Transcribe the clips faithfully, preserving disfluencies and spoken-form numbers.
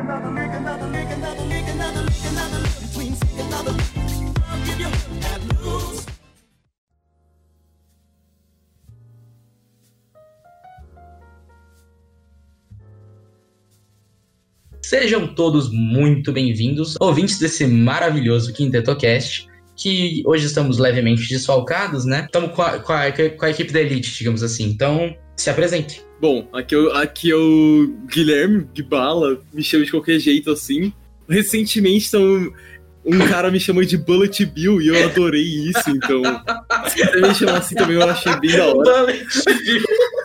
Sejam todos muito bem-vindos, ouvintes desse maravilhoso QuintettoCast, que hoje estamos levemente desfalcados, né? Estamos com a, com, a, com a equipe da Elite, digamos assim. Então, se apresente. Bom, aqui é, o, aqui é o Guilherme Guibala, me chama de qualquer jeito assim. Recentemente, então, um cara me chamou de Bullet Bill e eu adorei isso, então... Se você me chamar assim também, eu achei bem da hora. Bullet Bill.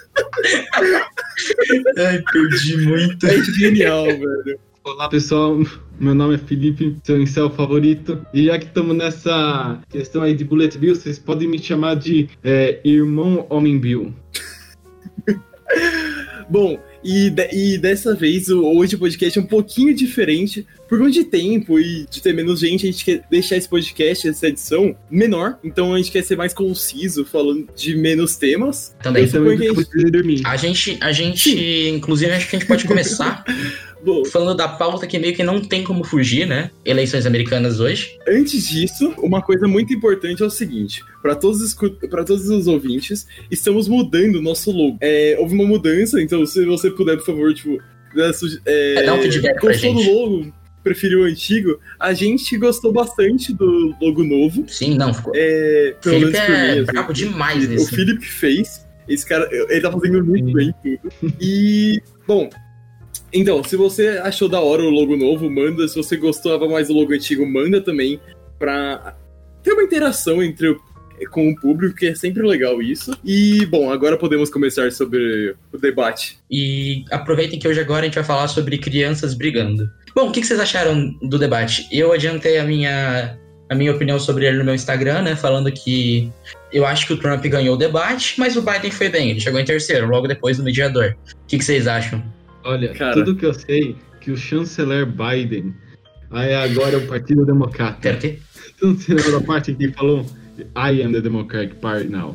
Ai, perdi muito. É genial, velho. Olá, pessoal. Meu nome é Felipe, seu incel favorito. E já que estamos nessa questão aí de Bullet Bill, vocês podem me chamar de é, Irmão Homem Bill. Bom, e, de, e dessa vez, hoje o podcast é um pouquinho diferente. Por conta de tempo e de ter menos gente, a gente quer deixar esse podcast, essa edição, menor. Então a gente quer ser mais conciso, falando de menos temas. Também. Então, a, gente... a gente, a gente inclusive, acho que a gente pode começar Bom, falando da pauta que meio que não tem como fugir, né? Eleições americanas hoje. Antes disso, uma coisa muito importante é o seguinte. Para todos, os, para todos os ouvintes, estamos mudando o nosso logo. É, houve uma mudança, então se você puder, por favor, tipo... É, é, dá um feedback pra gente. Gostou do logo? Preferiu o antigo? A gente gostou bastante do logo novo. Sim, não, ficou. É, pelo Felipe menos é mim, brabo assim, demais nesse. O Felipe fez. Esse cara, ele tá fazendo muito Sim. bem tudo. E, bom... Então, se você achou da hora o logo novo, manda. Se você gostava mais do logo antigo, manda também. Pra ter uma interação entre o, com o público, que é sempre legal isso. E, bom, agora podemos começar sobre o debate. E aproveitem que hoje agora a gente vai falar sobre crianças brigando. Bom, o que vocês acharam do debate? Eu adiantei a minha, a minha opinião sobre ele no meu Instagram, né? Falando que eu acho que o Trump ganhou o debate, mas o Biden foi bem. Ele chegou em terceiro, logo depois do mediador. O que vocês acham? Olha, Cara. tudo que eu sei que o chanceler Biden aí agora é o Partido Democrata. Quer o quê? Você não se lembra da parte que falou I am the Democratic Party now?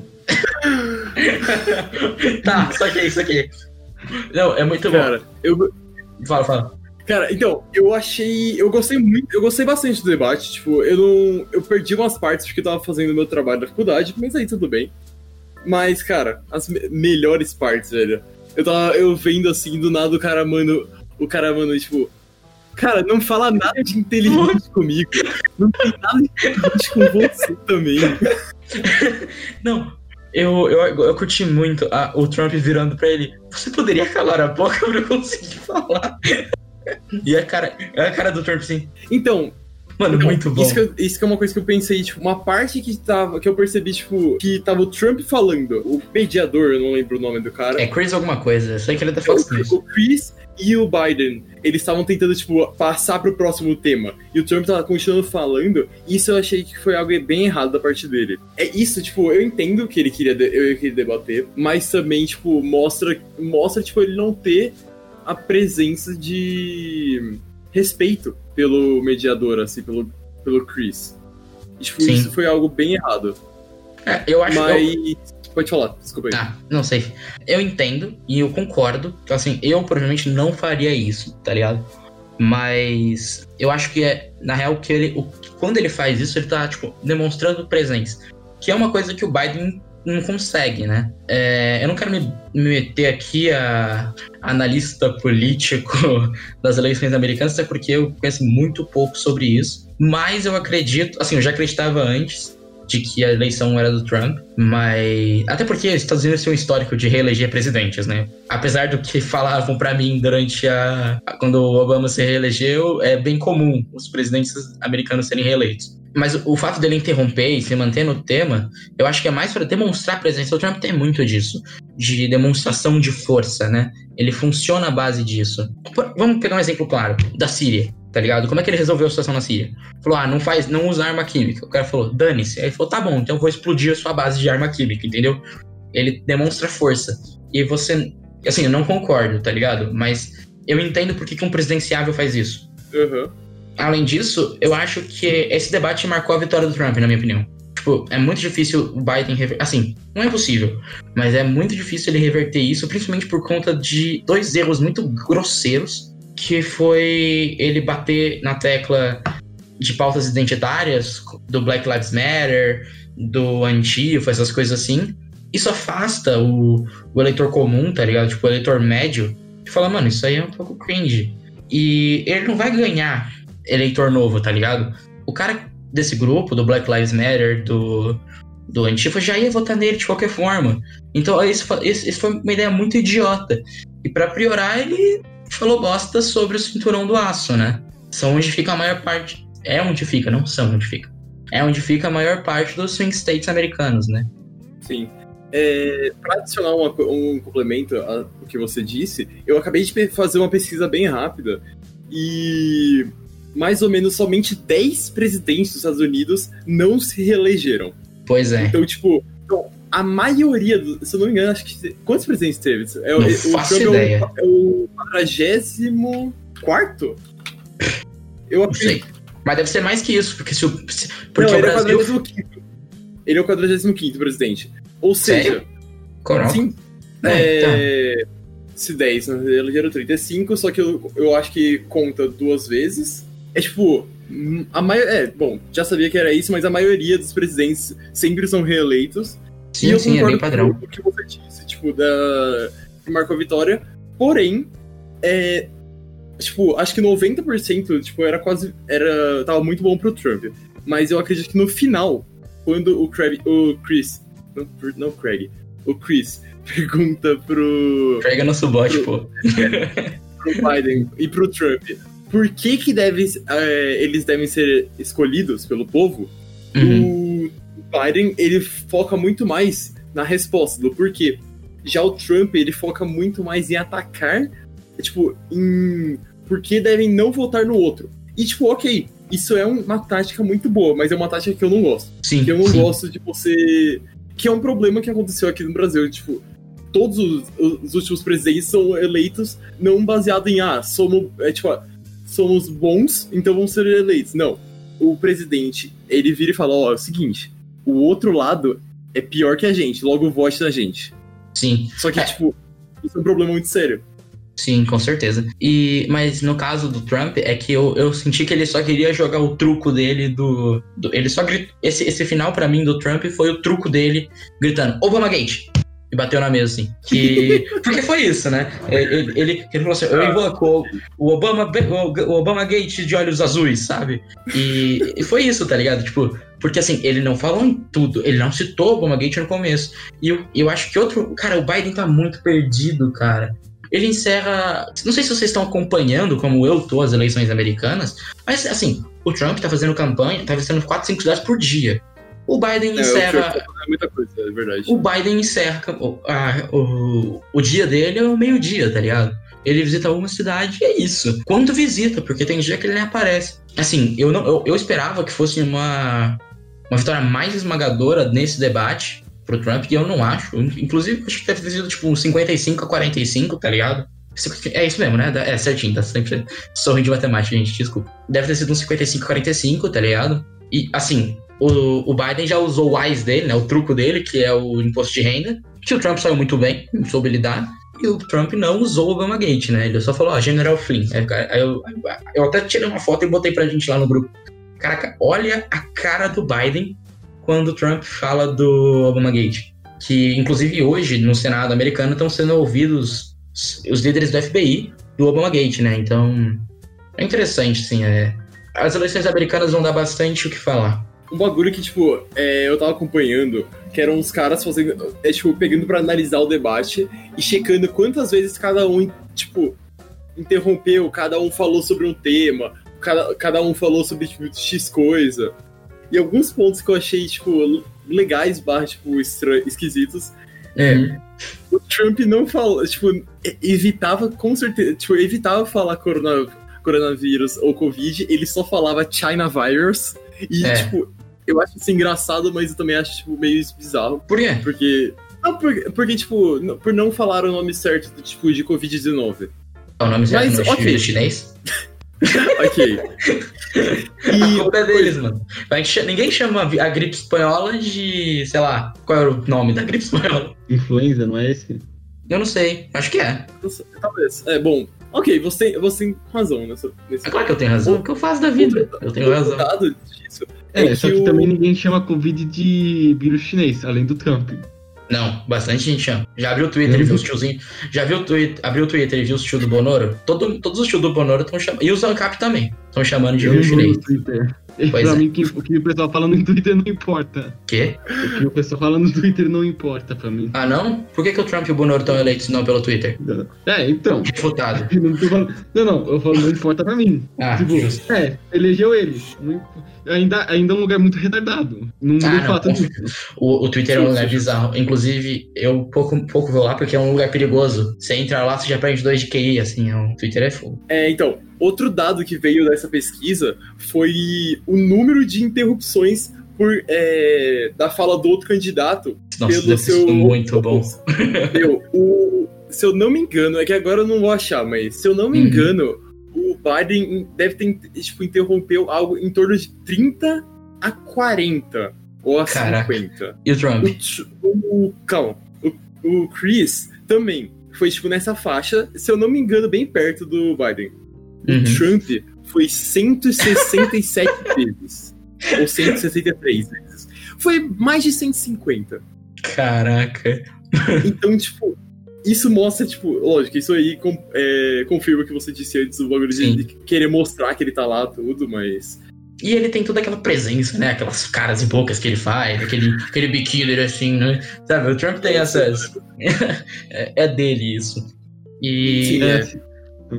Tá, só que isso aqui. Não, é muito Cara, bom. eu... Fala, fala. Cara, então, eu achei... Eu gostei muito... Eu gostei bastante do debate. Tipo, eu não... Eu perdi umas partes porque eu tava fazendo o meu trabalho da faculdade, mas aí tudo bem. Mas, cara, as me- melhores partes, velho... Eu tava eu vendo assim, do nada o cara, mano, o cara, mano, tipo, cara, não fala nada de inteligente comigo. Não tem nada de inteligente com você também. Não, eu, eu, eu curti muito a, o Trump virando pra ele. Você poderia calar a boca pra eu conseguir falar? E a cara, a cara do Trump, sim. Então... Mano, então, muito bom. Isso que, eu, isso que é uma coisa que eu pensei, tipo, uma parte que tava, que eu percebi, tipo, que tava o Trump falando, o mediador, eu não lembro o nome do cara. É Chris alguma coisa, eu sei que ele tá falando o, isso. O Chris e o Biden, eles estavam tentando, tipo, passar pro próximo tema. E o Trump tava continuando falando, e isso eu achei que foi algo bem errado da parte dele. É isso, tipo, eu entendo que ele queria, de, eu queria debater, mas também, tipo, mostra, mostra, tipo, ele não ter a presença de respeito pelo mediador, assim, pelo, pelo Chris. E, tipo, Sim. isso foi algo bem errado. É, eu acho Mas... Eu... Pode falar, desculpa aí. Ah, não sei. Eu entendo e eu concordo. Então, assim, eu provavelmente não faria isso, tá ligado? Mas eu acho que é, na real, que ele, o, quando ele faz isso, ele tá, tipo, demonstrando presença. Que é uma coisa que o Biden não consegue, né? É, eu não quero me, me meter aqui a, a analista político das eleições americanas, até porque eu conheço muito pouco sobre isso. Mas eu acredito, assim, eu já acreditava antes de que a eleição era do Trump, mas... Até porque os Estados Unidos têm um histórico de reeleger presidentes, né? Apesar do que falavam pra mim durante a... Quando o Obama se reelegeu, é bem comum os presidentes americanos serem reeleitos. Mas o fato dele interromper e se manter no tema, eu acho que é mais para demonstrar presença. O Trump tem muito disso, de demonstração de força, né? Ele funciona à base disso. Vamos pegar um exemplo claro, da Síria, tá ligado? Como é que ele resolveu a situação na Síria? Falou, ah, não faz, não usa arma química. O cara falou, dane-se. Aí ele falou, tá bom, então eu vou explodir a sua base de arma química, entendeu? Ele demonstra força. E você, assim, eu não concordo, tá ligado? Mas eu entendo por que, que um presidenciável faz isso. Uhum. Além disso, eu acho que esse debate marcou a vitória do Trump, na minha opinião. Tipo, é muito difícil o Biden reverter... Assim, não é impossível, mas é muito difícil ele reverter isso, principalmente por conta de dois erros muito grosseiros que foi ele bater na tecla de pautas identitárias, do Black Lives Matter, do Antifa, essas coisas assim. Isso afasta o, o eleitor comum, tá ligado? Tipo, o eleitor médio, e fala, mano, isso aí é um pouco cringe. E ele não vai ganhar eleitor novo, tá ligado? O cara desse grupo, do Black Lives Matter, do, do Antifa, já ia votar nele de qualquer forma. Então, isso, isso, isso foi uma ideia muito idiota. E pra piorar, ele falou bosta sobre o cinturão do aço, né? São onde fica a maior parte... É onde fica, não são onde fica. É onde fica a maior parte dos swing states americanos, né? Sim. É, para adicionar uma, um complemento ao que você disse, eu acabei de fazer uma pesquisa bem rápida e mais ou menos somente dez presidentes dos Estados Unidos não se reelegeram. Pois é. Então, tipo, então, a maioria, do, se eu não me engano, acho que... Quantos presidentes teve? É, não o, faço o Trump ideia. É o quadragésimo quarto? Eu não sei. Mas deve ser mais que isso, porque se o... Se, porque não, o ele Brasil... é o quadragésimo quinto. Ele é o quadragésimo quinto presidente. Ou seja... Sério? Coral? Sim. Não, é... Então. Se dez, né? Elegeram trinta e cinco, só que eu, eu acho que conta duas vezes. É tipo... A maioria... É, bom, já sabia que era isso, mas a maioria dos presidentes sempre são reeleitos. Sim, e eu sim, é bem padrão. Com o que você disse, tipo, da... que marcou a vitória. Porém, é... Tipo, acho que noventa por cento, tipo, era quase... Era... Tava muito bom pro Trump. Mas eu acredito que no final, quando o, Craig, o Chris... Não, não Craig. O Chris pergunta pro... Craig é nosso bot, pro, pô. Pro Biden e pro Trump. Por que que deve, é, eles devem ser escolhidos pelo povo? Uhum. O Biden, ele foca muito mais na resposta do porquê. Já o Trump, ele foca muito mais em atacar, tipo, em por que devem não votar no outro. E, tipo, ok, isso é uma tática muito boa, mas é uma tática que eu não gosto. Sim, que eu não sim. gosto de você... Que é um problema que aconteceu aqui no Brasil, tipo... Todos os, os últimos presidentes são eleitos não baseado em, ah, somos, é, tipo, ah, somos bons, então vamos ser eleitos. Não. O presidente, ele vira e fala, ó, oh, é o seguinte, o outro lado é pior que a gente, logo vote na gente. Sim. Só que, é. tipo, isso é um problema muito sério. Sim, com certeza. E, mas no caso do Trump, é que eu, eu senti que ele só queria jogar o truco dele do... do ele só gritou... Esse, esse final, pra mim, do Trump foi o truco dele gritando, Obamagate! E bateu na mesa, assim. Que... Porque foi isso, né? Ele, ele, ele falou assim, eu invoco o Obama, o Obamagate de olhos azuis, sabe? E, e foi isso, tá ligado? Tipo, porque assim, ele não falou em tudo, ele não citou o Obamagate no começo. E eu, eu acho que outro... Cara, o Biden tá muito perdido, cara. Ele encerra... Não sei se vocês estão acompanhando, como eu tô, as eleições americanas, mas assim, o Trump tá fazendo campanha, tá visitando quatro, cinco cidades por dia. O Biden é, encerra... É muita coisa, é verdade. O Biden encerra... O, a, o, o dia dele é o meio-dia, tá ligado? Ele visita uma cidade e é isso. Quando visita, porque tem dia que ele nem aparece. Assim, eu, não, eu, eu esperava que fosse uma, uma vitória mais esmagadora nesse debate pro Trump, e eu não acho. Inclusive, acho que deve ter sido tipo uns cinquenta e cinco a quarenta e cinco, tá ligado? É isso mesmo, né? É certinho, tá sempre... Sou ruim de matemática, gente, desculpa. Deve ter sido uns cinquenta e cinco a quarenta e cinco, tá ligado? E, assim... O, o Biden já usou o wise dele, né, o truco dele, que é o imposto de renda, que o Trump saiu muito bem, soube lidar, e o Trump não usou o Obamagate, né, ele só falou, ó, General Flynn. Aí eu, eu até tirei uma foto e botei pra gente lá no grupo. Caraca, olha a cara do Biden quando o Trump fala do Obamagate. Que, inclusive, hoje, no Senado americano, estão sendo ouvidos os líderes do F B I do Obamagate, né, então é interessante, assim, é... as eleições americanas vão dar bastante o que falar. Um bagulho que, tipo, é, eu tava acompanhando, que eram uns caras fazendo, é, tipo, pegando pra analisar o debate e checando quantas vezes cada um, tipo, interrompeu, cada um falou sobre um tema, cada, cada um falou sobre, tipo, X coisa. E alguns pontos que eu achei, tipo, legais, barra, tipo, estran- esquisitos, é, uhum. O Trump não falou, tipo, evitava, com certeza, tipo, evitava falar corona, coronavírus ou Covid, ele só falava China virus. E, é. tipo, eu acho isso engraçado, mas eu também acho, tipo, meio bizarro. Por quê? Porque, não, porque, porque tipo, não, por não falar o nome certo, tipo, de covid dezenove. O nome certo mas, no okay. chinês? Ok. E a culpa é deles, mano. Ninguém chama a gripe espanhola de, sei lá, qual era o nome da gripe espanhola? Influenza, não é esse? Eu não sei, acho que é. Não sei, talvez. É, bom, Ok, você, você tem razão nessa, nesse É claro que eu tenho razão. O que eu faço da vida? Eu tenho razão. O dado disso É, é só que que o... também ninguém chama Covid de vírus chinês, além do Trump. Não, bastante gente chama. Já abriu o Twitter e viu os tiozinhos. Já viu o Twitter, abriu o Twitter e viu os tios do Bonoro? Todo, todos os tios do Bonoro estão chamando. E os Ancap também. Estão chamando de Eu vírus não vou chinês. no Twitter. E Pois pra é. mim, que- o que o pessoal fala no Twitter não importa. Quê? O que o pessoal fala no Twitter não importa pra mim. Ah, não? Por que, que o Trump e o Bonoro estão eleitos não pelo Twitter? É, então. Refutado. Eu Não, tô falando- não, não, eu falo, não importa pra mim. Ah, tipo, justo. é, elegeu ele. Não imp- ainda, ainda é um lugar muito retardado. Não Ah, mudou o não, fato conf- disso. O, o Twitter é um lugar bizarro. Inclusive, eu pouco, pouco vou lá porque é um lugar perigoso. Você entra lá, você já perde dois de Q I, assim. É um, Twitter é fogo. É, então, outro dado que veio dessa pesquisa foi o número de interrupções por, é, da fala do outro candidato Nossa, pelo deve ser seu... muito bom. Meu, o, se eu não me engano, é que agora eu não vou achar, mas se eu não me Uhum. engano, o Biden deve ter, tipo, interrompeu algo em torno de trinta a quarenta ou a Caraca. cinquenta. E o Trump? O, Tr- o, calma, o, o Chris também foi, tipo, nessa faixa, se eu não me engano, bem perto do Biden. O Uhum. Trump foi cento e sessenta e sete vezes. Ou cento e sessenta e três vezes. Foi mais de cento e cinquenta. Caraca. Então, tipo, isso mostra, tipo, lógico, isso aí com- é, confirma o que você disse antes, o bagulho de, Sim. de querer mostrar que ele tá lá, tudo, mas... E ele tem toda aquela presença, né? Aquelas caras e bocas que ele faz, aquele, aquele biquíni assim, né? Sabe, o Trump tem essas... é, é dele isso. E... Sim, É, é.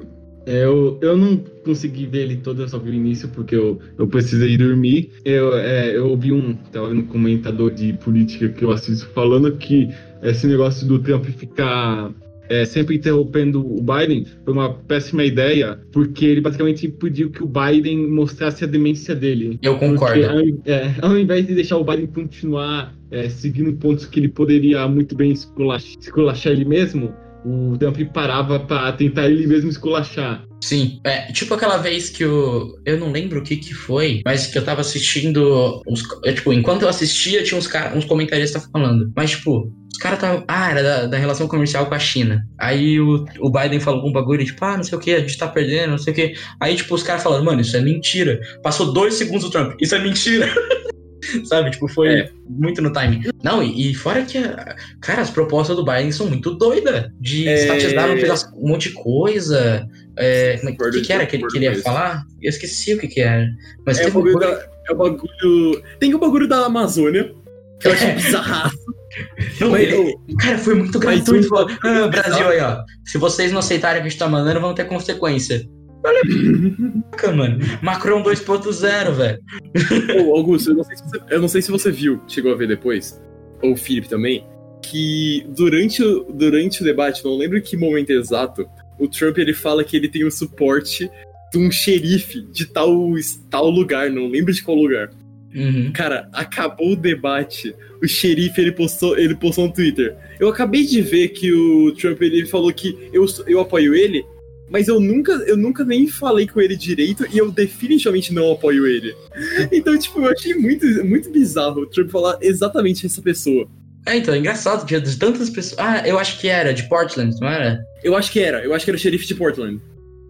é, eu, eu não consegui ver ele todo, eu só vi o início porque eu, eu precisei dormir. Eu, é, eu ouvi um, tava um comentador de política que eu assisto falando que esse negócio do Trump ficar é, sempre interrompendo o Biden foi uma péssima ideia, porque ele basicamente impediu que o Biden mostrasse a demência dele. Eu concordo. Porque, é, ao invés de deixar o Biden continuar é, seguindo pontos que ele poderia muito bem esculachar, esculachar ele mesmo, o Trump parava pra tentar ele mesmo esculachar. Sim, é tipo aquela vez que o... Eu não lembro o que que foi, mas que eu tava assistindo... Uns, é, tipo, enquanto eu assistia, tinha uns, cara, uns comentaristas falando. Mas, tipo, os caras estavam... Ah, era da, da relação comercial com a China. Aí o, o Biden falou algum bagulho, tipo, ah, não sei o que, a gente tá perdendo, não sei o que. Aí, tipo, os caras falando, mano, isso é mentira. Passou dois segundos o Trump, isso é mentira. Sabe, tipo, foi É. muito no timing. Não, e, e fora que, cara, as propostas do Biden são muito doidas. De É. estatizar um, pedaço- um monte de coisa. É, como é- o que, que era que ele, que ele ia Concordo falar? Eu esqueci o que que era. Mas É o teve um bagulho, bagulho- da, é o bagulho... Tem o bagulho da Amazônia, que eu achei bizarraço. Não, Mas, ele- ô, Cara, foi muito Mas gratuito. um Falou, bagulho ah, bizarro. Brasil aí, ó. Se vocês não aceitarem o que a gente tá mandando, vão ter consequência. Olha, caraca, mano. Macron dois ponto zero, velho. Ô, Augusto, eu não, sei se você, eu não sei se você viu, chegou a ver depois, ou o Felipe também, que durante o, durante o debate, não lembro que momento exato, o Trump ele fala que ele tem o suporte de um xerife de tal, tal lugar, não lembro de qual lugar. Uhum. Cara, acabou o debate, o xerife ele postou, ele postou no Twitter. Eu acabei de ver que o Trump ele falou que eu, eu apoio ele, mas eu nunca, eu nunca nem falei com ele direito e eu definitivamente não apoio ele. Então, tipo, eu achei muito, muito bizarro o Trump falar exatamente essa pessoa. É, então, é engraçado, tinha de tantas pessoas. Ah, eu acho que era, de Portland, não era? Eu acho que era, eu acho que era o xerife de Portland.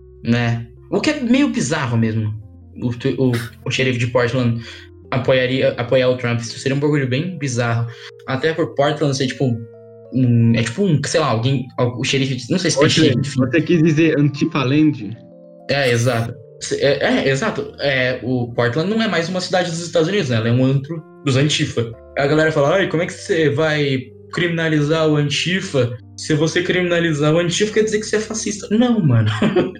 Né? O que é meio bizarro mesmo. O, tu- o, o xerife de Portland apoiaria, apoiar o Trump. Isso seria um bagulho bem bizarro. Até por Portland ser tipo um. É tipo um, sei lá, alguém. O xerife. de- Não sei se tem Portland, xerife. você quis dizer Antifaland? É, exato. É, é, exato. É, o Portland não é mais uma cidade dos Estados Unidos, né? Ela é um antro dos Antifa. A galera fala, ai, como é que você vai criminalizar o Antifa? Se você criminalizar o Antifa, quer dizer que você é fascista. Não, mano.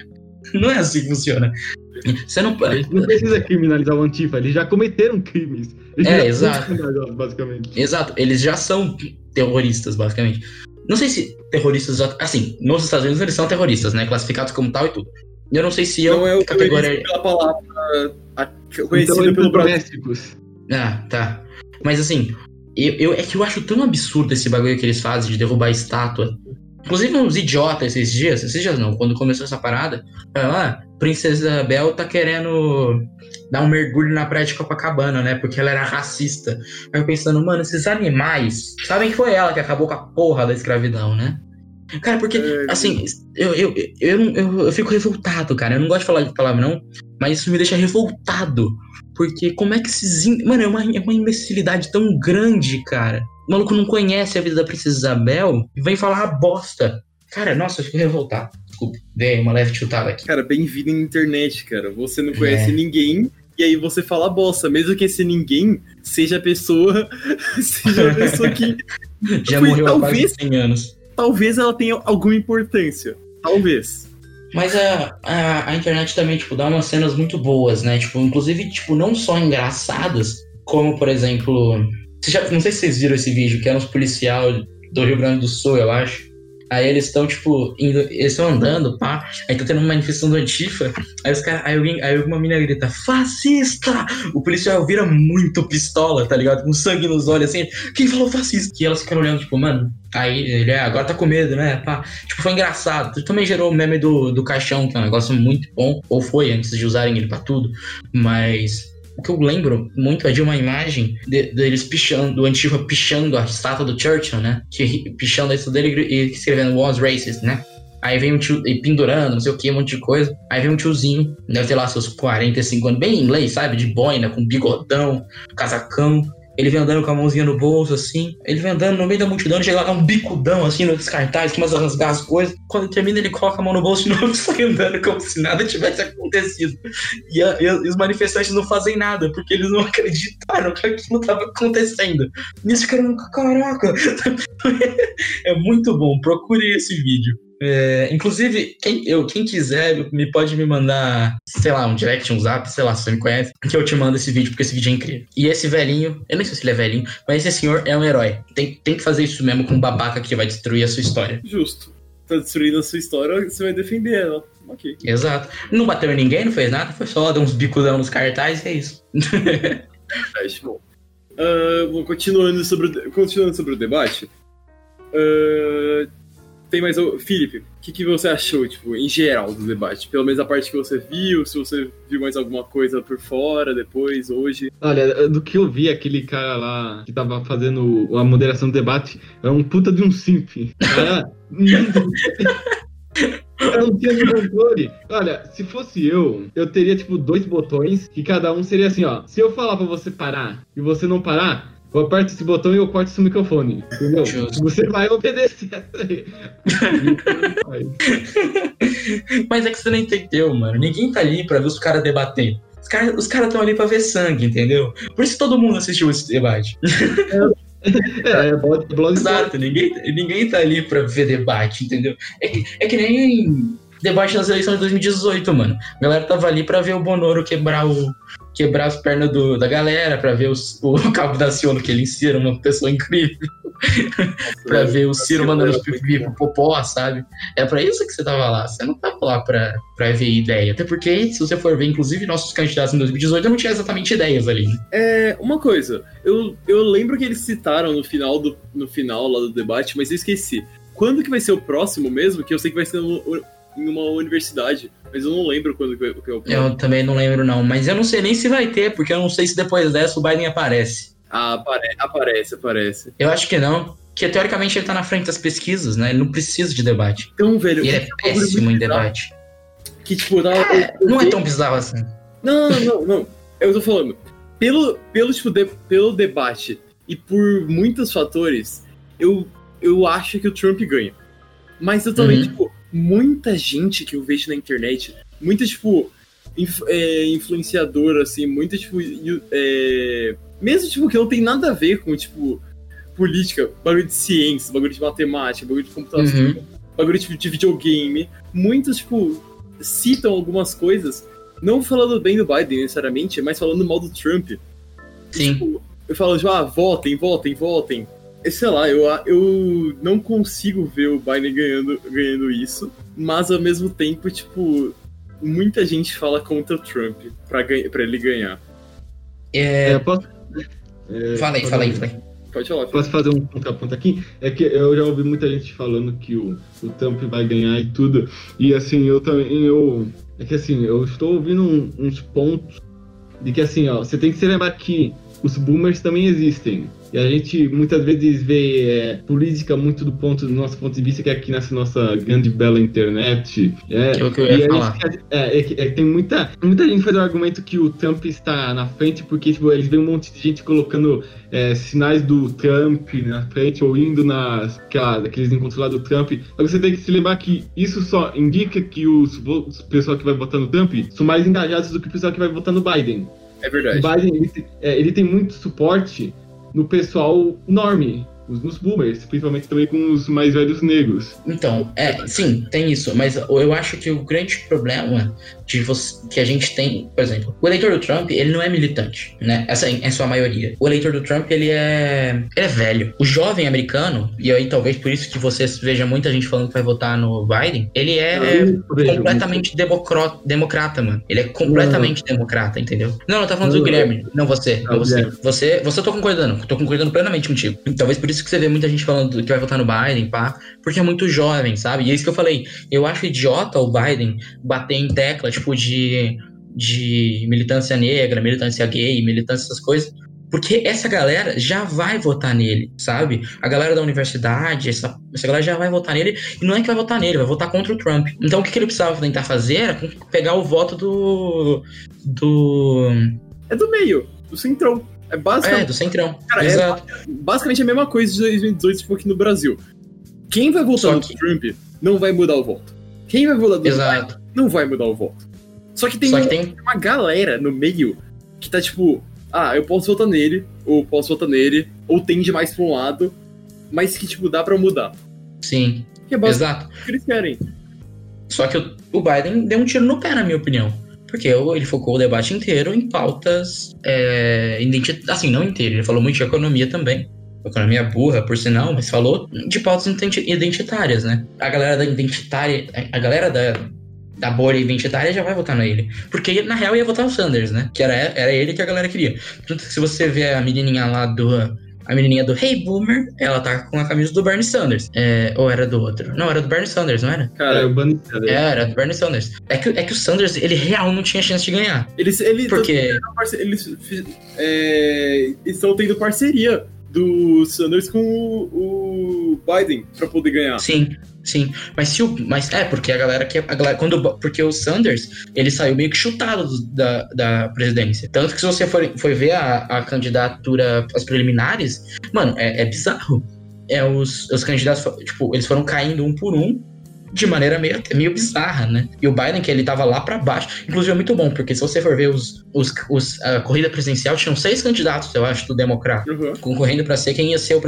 Não é assim que funciona. Você não A gente não precisa criminalizar o Antifa, eles já cometeram crimes. Eles É, já exato. foram criminalizados, basicamente. Exato, eles já são terroristas, basicamente. Não sei se terroristas... Assim, nos Estados Unidos eles são terroristas, né? Classificados como tal e tudo. Eu não sei se eu... Não é o categoria... pela palavra a, Então, conhecida eles pelo são Brasil. domésticos. Ah, tá. Mas assim, eu, eu, é que eu acho tão absurdo esse bagulho que eles fazem de derrubar a estátua. Inclusive uns idiotas esses dias, esses dias não, quando começou essa parada, falaram, ah, Princesa Bel tá querendo dar um mergulho na praia de Copacabana, né, porque ela era racista. Aí eu pensando, mano, esses animais, sabem que foi ela que acabou com a porra da escravidão, né? Cara, porque, assim, eu, eu, eu, eu, eu, eu fico revoltado, cara. Eu não gosto de falar de palavrão, mas isso me deixa revoltado. Porque como é que esses... In... Mano, é uma, é uma imbecilidade tão grande, cara. O maluco não conhece a vida da Princesa Isabel e vem falar a bosta. Cara, nossa, eu fico revoltado. Desculpa, dei uma leve chutada aqui. Cara, bem-vindo na internet, cara. Você não conhece É. ninguém e aí você fala bosta. Mesmo que esse ninguém seja a pessoa... seja a pessoa que... Já Foi, morreu há talvez- quase cem anos. Talvez ela tenha alguma importância. Talvez. Mas a, a, a internet também, tipo, dá umas cenas muito boas, né? Tipo, inclusive, tipo, não só engraçadas, como, por exemplo... Você já, não sei se vocês viram esse vídeo, que era uns policial do Rio Grande do Sul, eu acho. Aí eles estão, tipo, indo, eles estão andando, pá. Aí tá tendo uma manifestação do Antifa. Aí os caras, aí, alguém, aí uma menina grita, fascista! O policial vira muito pistola, tá ligado? Com sangue nos olhos, assim. Quem falou fascista? E elas ficam olhando, tipo, mano. Aí ele, é, agora tá com medo, né? Pá. Tipo, foi engraçado. Também gerou o meme do, do caixão, que é um negócio muito bom. Ou foi, antes de usarem ele pra tudo. Mas... O que eu lembro muito é de uma imagem de- deles pichando, do Antifa pichando a estátua do Churchill, né? Que, pichando a estátua dele e escrevendo was racist, né? Aí vem um tio e pendurando, não sei o que, um monte de coisa. Aí vem um tiozinho, deve ter lá seus quarenta e cinco anos, bem em inglês, sabe? De boina, com bigodão, casacão. Ele vem andando com a mãozinha no bolso, assim. Ele vem andando no meio da multidão, chega lá, dá um bicudão, assim, nos cartazes, começa a rasgar as coisas. Quando ele termina, ele coloca a mão no bolso de novo e sai andando como se nada tivesse acontecido. E, a, e, a, e os manifestantes não fazem nada, porque eles não acreditaram que aquilo estava acontecendo. Nisso ficaram, caraca! É muito bom, procure esse vídeo. É, inclusive, quem, eu, quem quiser, me pode me mandar, sei lá, um direct, um zap, sei lá, se você me conhece, que eu te mando esse vídeo, porque esse vídeo é incrível. E esse velhinho, eu nem sei se ele é velhinho, mas esse senhor é um herói. Tem, tem que fazer isso mesmo com um babaca que vai destruir a sua história. Justo. Tá destruindo a sua história, você vai defender ela. Ok. Exato. Não bateu em ninguém, não fez nada, foi só dar uns bicudão nos cartazes e é isso. Acho bom. Uh, bom, continuando sobre, o, continuando sobre o debate. Uh, tem mais... Felipe, o que, que você achou, tipo, em geral do debate? Pelo menos a parte que você viu, se você viu mais alguma coisa por fora, depois, hoje. Olha, do que eu vi, aquele cara lá que tava fazendo a moderação do debate é um puta de um simp. Cara, eu não tinha nenhum controle. Olha, se fosse eu, eu teria, tipo, dois botões que cada um seria assim, ó. Se eu falar pra você parar e você não parar, eu aperto esse botão e eu corto esse microfone, entendeu? Justo. Você vai obedecer. Mas é que você não entendeu, mano. Ninguém tá ali pra ver os caras debater. Os caras os cara estão ali pra ver sangue, entendeu? Por isso que todo mundo assistiu esse debate. É, é blog, blog. Exato, ninguém, ninguém tá ali pra ver debate, entendeu? É que, é que nem debate nas eleições de dois mil e dezoito, mano. A galera tava ali pra ver o Bonoro quebrar o... quebrar as pernas do, da galera, pra ver os, o Cabo da Ciolo, que ele ensina, uma pessoa incrível. Pra ver o Ciro mandando os pipi pro popó, sabe? É pra isso que você tava lá. Você não tava lá pra, pra ver ideia. Até porque, se você for ver, inclusive, nossos candidatos em dois mil e dezoito, eu não tinha exatamente ideias ali. É, uma coisa, eu, eu lembro que eles citaram no final, do, no final lá do debate, mas eu esqueci. Quando que vai ser o próximo mesmo? Que eu sei que vai ser no, em uma universidade, mas eu não lembro quando que é o próximo. Eu também não lembro, não. Mas eu não sei nem se vai ter, porque eu não sei se depois dessa o Biden aparece. Ah, apare- aparece, aparece. Eu acho que não. Porque, teoricamente, ele tá na frente das pesquisas, né? Ele não precisa de debate. Então, velho... E ele é péssimo em debate. Que, tipo, tava, É, não é tão bizarro assim. Não, não, não, não. Eu tô falando. Pelo, pelo, tipo, de, pelo debate e por muitos fatores, eu, eu acho que o Trump ganha. Mas eu também, Uhum. tipo, muita gente que eu vejo na internet, muita, tipo, inf, é, influenciadora, assim, muita, tipo, é, mesmo, tipo, que não tem nada a ver com, tipo, política, bagulho de ciência, bagulho de matemática, bagulho de computação, Uhum. bagulho tipo, de videogame, muitos, tipo, citam algumas coisas, não falando bem do Biden, necessariamente, mas falando mal do Trump. Sim. Tipo, eu falo, tipo, ah, votem, votem, votem. E, sei lá, eu, eu não consigo ver o Biden ganhando, ganhando isso, mas ao mesmo tempo, tipo, muita gente fala contra o Trump pra, ganha, pra ele ganhar. É... É, posso... É, Falei, posso- falei, falei. Pode falar. Posso fazer um ponto aqui? É que eu já ouvi muita gente falando que o, o Trump vai ganhar e tudo. E assim, eu também, eu... É que assim, eu estou ouvindo um- uns pontos de que assim, ó, você tem que se lembrar que os boomers também existem. E a gente muitas vezes vê é, política muito do ponto do nosso ponto de vista, que é aqui nessa nossa grande bela internet. É, Que é o que eu ia e falar. Gente, é, é, é, tem muita, muita gente faz o argumento que o Trump está na frente, porque tipo, eles veem um monte de gente colocando é, sinais do Trump na frente, ou indo nas, aquela, naqueles encontros lá do Trump. Mas você tem que se lembrar que isso só indica que os, os pessoal que vai votar no Trump são mais engajados do que o pessoal que vai votar no Biden. É verdade. O Biden ele, é, ele tem muito suporte no pessoal normie, nos, nos boomers, principalmente também com os mais velhos negros. Então, é, sim, tem isso, mas eu acho que o grande problema de você, que a gente tem, por exemplo, o eleitor do Trump, ele não é militante, né? Essa é a sua maioria. O eleitor do Trump, ele é, ele é velho. O jovem americano, e aí talvez por isso que você veja muita gente falando que vai votar no Biden, ele é completamente democrata, democrata, mano. Ele é completamente não. democrata, entendeu? Não, eu tava falando não, do Guilherme. Não, você. Não, não você. você. Você eu tô concordando. Tô concordando plenamente contigo. Talvez por isso que você vê muita gente falando que vai votar no Biden, pá, porque é muito jovem, sabe? E é isso que eu falei. Eu acho idiota o Biden bater em tecla, tipo, de, de militância negra, militância gay, militância essas coisas, porque essa galera já vai votar nele, sabe? A galera da universidade, essa, essa galera já vai votar nele, e não é que vai votar nele, vai votar contra o Trump. Então o que, que ele precisava tentar fazer era pegar o voto do... do... É do meio, do centrão. É basicamente... É, do centrão. Cara, exato. É basicamente a mesma coisa de dois mil e dezoito, tipo, aqui no Brasil. Quem vai votar no que... Trump não vai mudar o voto. Quem vai votar no Exato. Trump não vai mudar o voto. Só que tem, Só que uma, tem uma galera no meio que tá tipo, ah, eu posso votar nele, ou posso votar nele, ou tende mais pra um lado, mas que, tipo, dá pra mudar. Sim, que é exato. O que eles querem. Só que o, o Biden deu um tiro no pé, na minha opinião. Porque ele focou o debate inteiro em pautas é, identitárias. Assim, não inteiro, ele falou muito de economia também. Economia burra, por sinal, mas falou de pautas identitárias, né? A galera da identitária, a galera da, da bolha identitária já vai votar nele. Porque, na real, ia votar o Sanders, né? Que era, era ele que a galera queria. Tanto que se você vê a menininha lá do... A menininha do Hey Boomer, ela tá com a camisa do Bernie Sanders. É, ou era do outro? Não, era do Bernie Sanders, não era? Cara, é o Bernie Sanders. É, era do Bernie Sanders. É que, é que o Sanders, ele real não tinha chance de ganhar. Eles, ele, Porque... Eles é, estão tendo parceria do Sanders com o, o Biden pra poder ganhar. Sim, sim. Mas se o. Mas é, porque a galera que. A galera, quando, porque o Sanders, ele saiu meio que chutado da, da presidência. Tanto que se você for, for ver a, a candidatura, as preliminares, mano, é, é bizarro. É, os, os candidatos, tipo, eles foram caindo um por um. De maneira meio, meio bizarra, né? E o Biden, que ele tava lá pra baixo, inclusive é muito bom, porque se você for ver os, os, os, a corrida presidencial, tinham seis candidatos, eu acho, do Democrata, uhum. concorrendo pra ser quem ia ser o,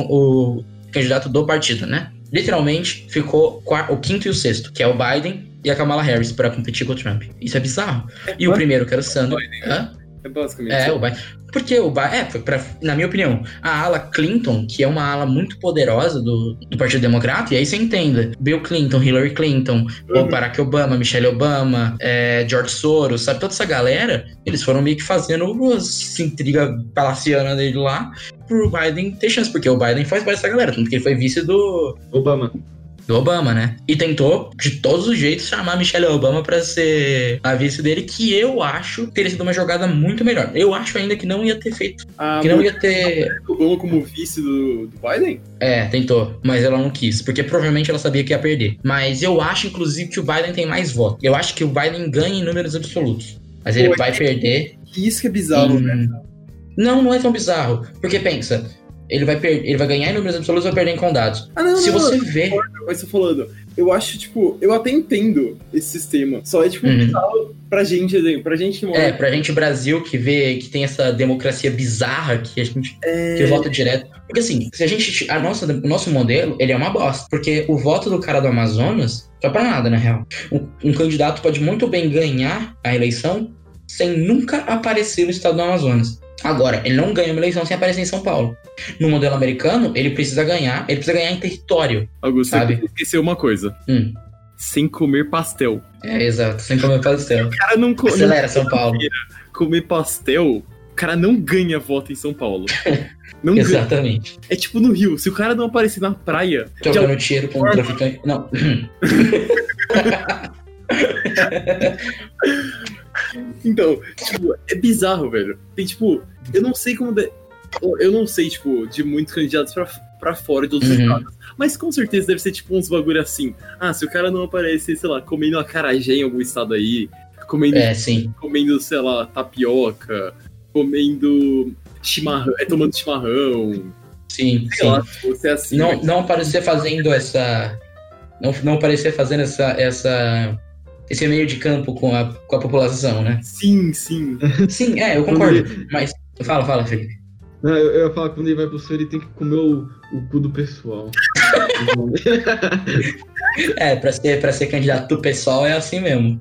o, o candidato do partido, né? Literalmente, ficou o quinto e o sexto, que é o Biden e a Kamala Harris, pra competir com o Trump. Isso é bizarro. É e o primeiro, que era o Sanders. Hã? É basicamente É, o Biden. Porque o Biden, é, pra, na minha opinião, a ala Clinton, que é uma ala muito poderosa do, do Partido Democrata, e aí você entenda, Bill Clinton, Hillary Clinton, uhum. o Barack Obama, Michelle Obama, é, George Soros, sabe, toda essa galera, eles foram meio que fazendo as intrigas palacianas dele lá, pro Biden ter chance, porque o Biden faz parte dessa galera, tanto que ele foi vice do Obama. Do Obama, né? E tentou, de todos os jeitos, chamar a Michelle Obama pra ser a vice dele, que eu acho teria sido uma jogada muito melhor. Eu acho ainda que não ia ter feito. Ah, que não ia ter... Obama como vice do, do Biden? É, tentou. Mas ela não quis. Porque provavelmente ela sabia que ia perder. Mas eu acho, inclusive, que o Biden tem mais votos. Eu acho que o Biden ganha em números absolutos. Mas ele Pô, vai é... perder... Isso que é bizarro, em... né? Não, não é tão bizarro. Porque pensa... Ele vai, per- ele vai ganhar em números absolutos e vai perder em condados. Ah, não, Se não, você não, vê... Mas tô falando, eu acho, tipo, eu até entendo esse sistema. Só é, tipo, uhum. bizarro pra gente, pra gente que mora... É, pra gente Brasil que vê, que tem essa democracia bizarra que a gente, é... que vota direto. Porque assim, se a gente, a nossa, o nosso modelo, ele é uma bosta. Porque o voto do cara do Amazonas, não é pra nada, na real. Um, um candidato pode muito bem ganhar a eleição sem nunca aparecer no estado do Amazonas. Agora, ele não ganha uma eleição sem aparecer em São Paulo. No modelo americano, ele precisa ganhar, ele precisa ganhar em território. Augusto, sabe? você esqueceu uma coisa. Hum. Sem comer pastel. É, exato, sem comer pastel. O cara não come. Acelera, São Paulo. Comer pastel, o cara não ganha voto em São Paulo. Não Exatamente. Ganha. É tipo no Rio, se o cara não aparecer na praia... Trocando já... tiro com o traficante... Não. Então, tipo, é bizarro, velho. Tem, tipo, Eu não sei como... De... Eu não sei, tipo, de muitos candidatos pra, pra fora de outros Uhum. estados. Mas com certeza deve ser, tipo, uns bagulho assim. Ah, se o cara não aparecer, sei lá, comendo acarajé em algum estado aí, comendo, É, sim. comendo sei lá, tapioca, comendo chimarrão, é, tomando chimarrão, Sim, sei sim. lá, se você é assim. Não, mas- não aparecer fazendo essa. Não, não aparecer fazendo essa, essa. Esse meio de campo com a, com a população, né? Sim, sim. Sim, é, eu Quando concordo. ele- Mas. Fala, fala, Felipe. Não, eu, eu ia falar que quando ele vai pro sul, ele tem que comer o, o cu do pessoal. É, pra ser, pra ser candidato do pessoal é assim mesmo.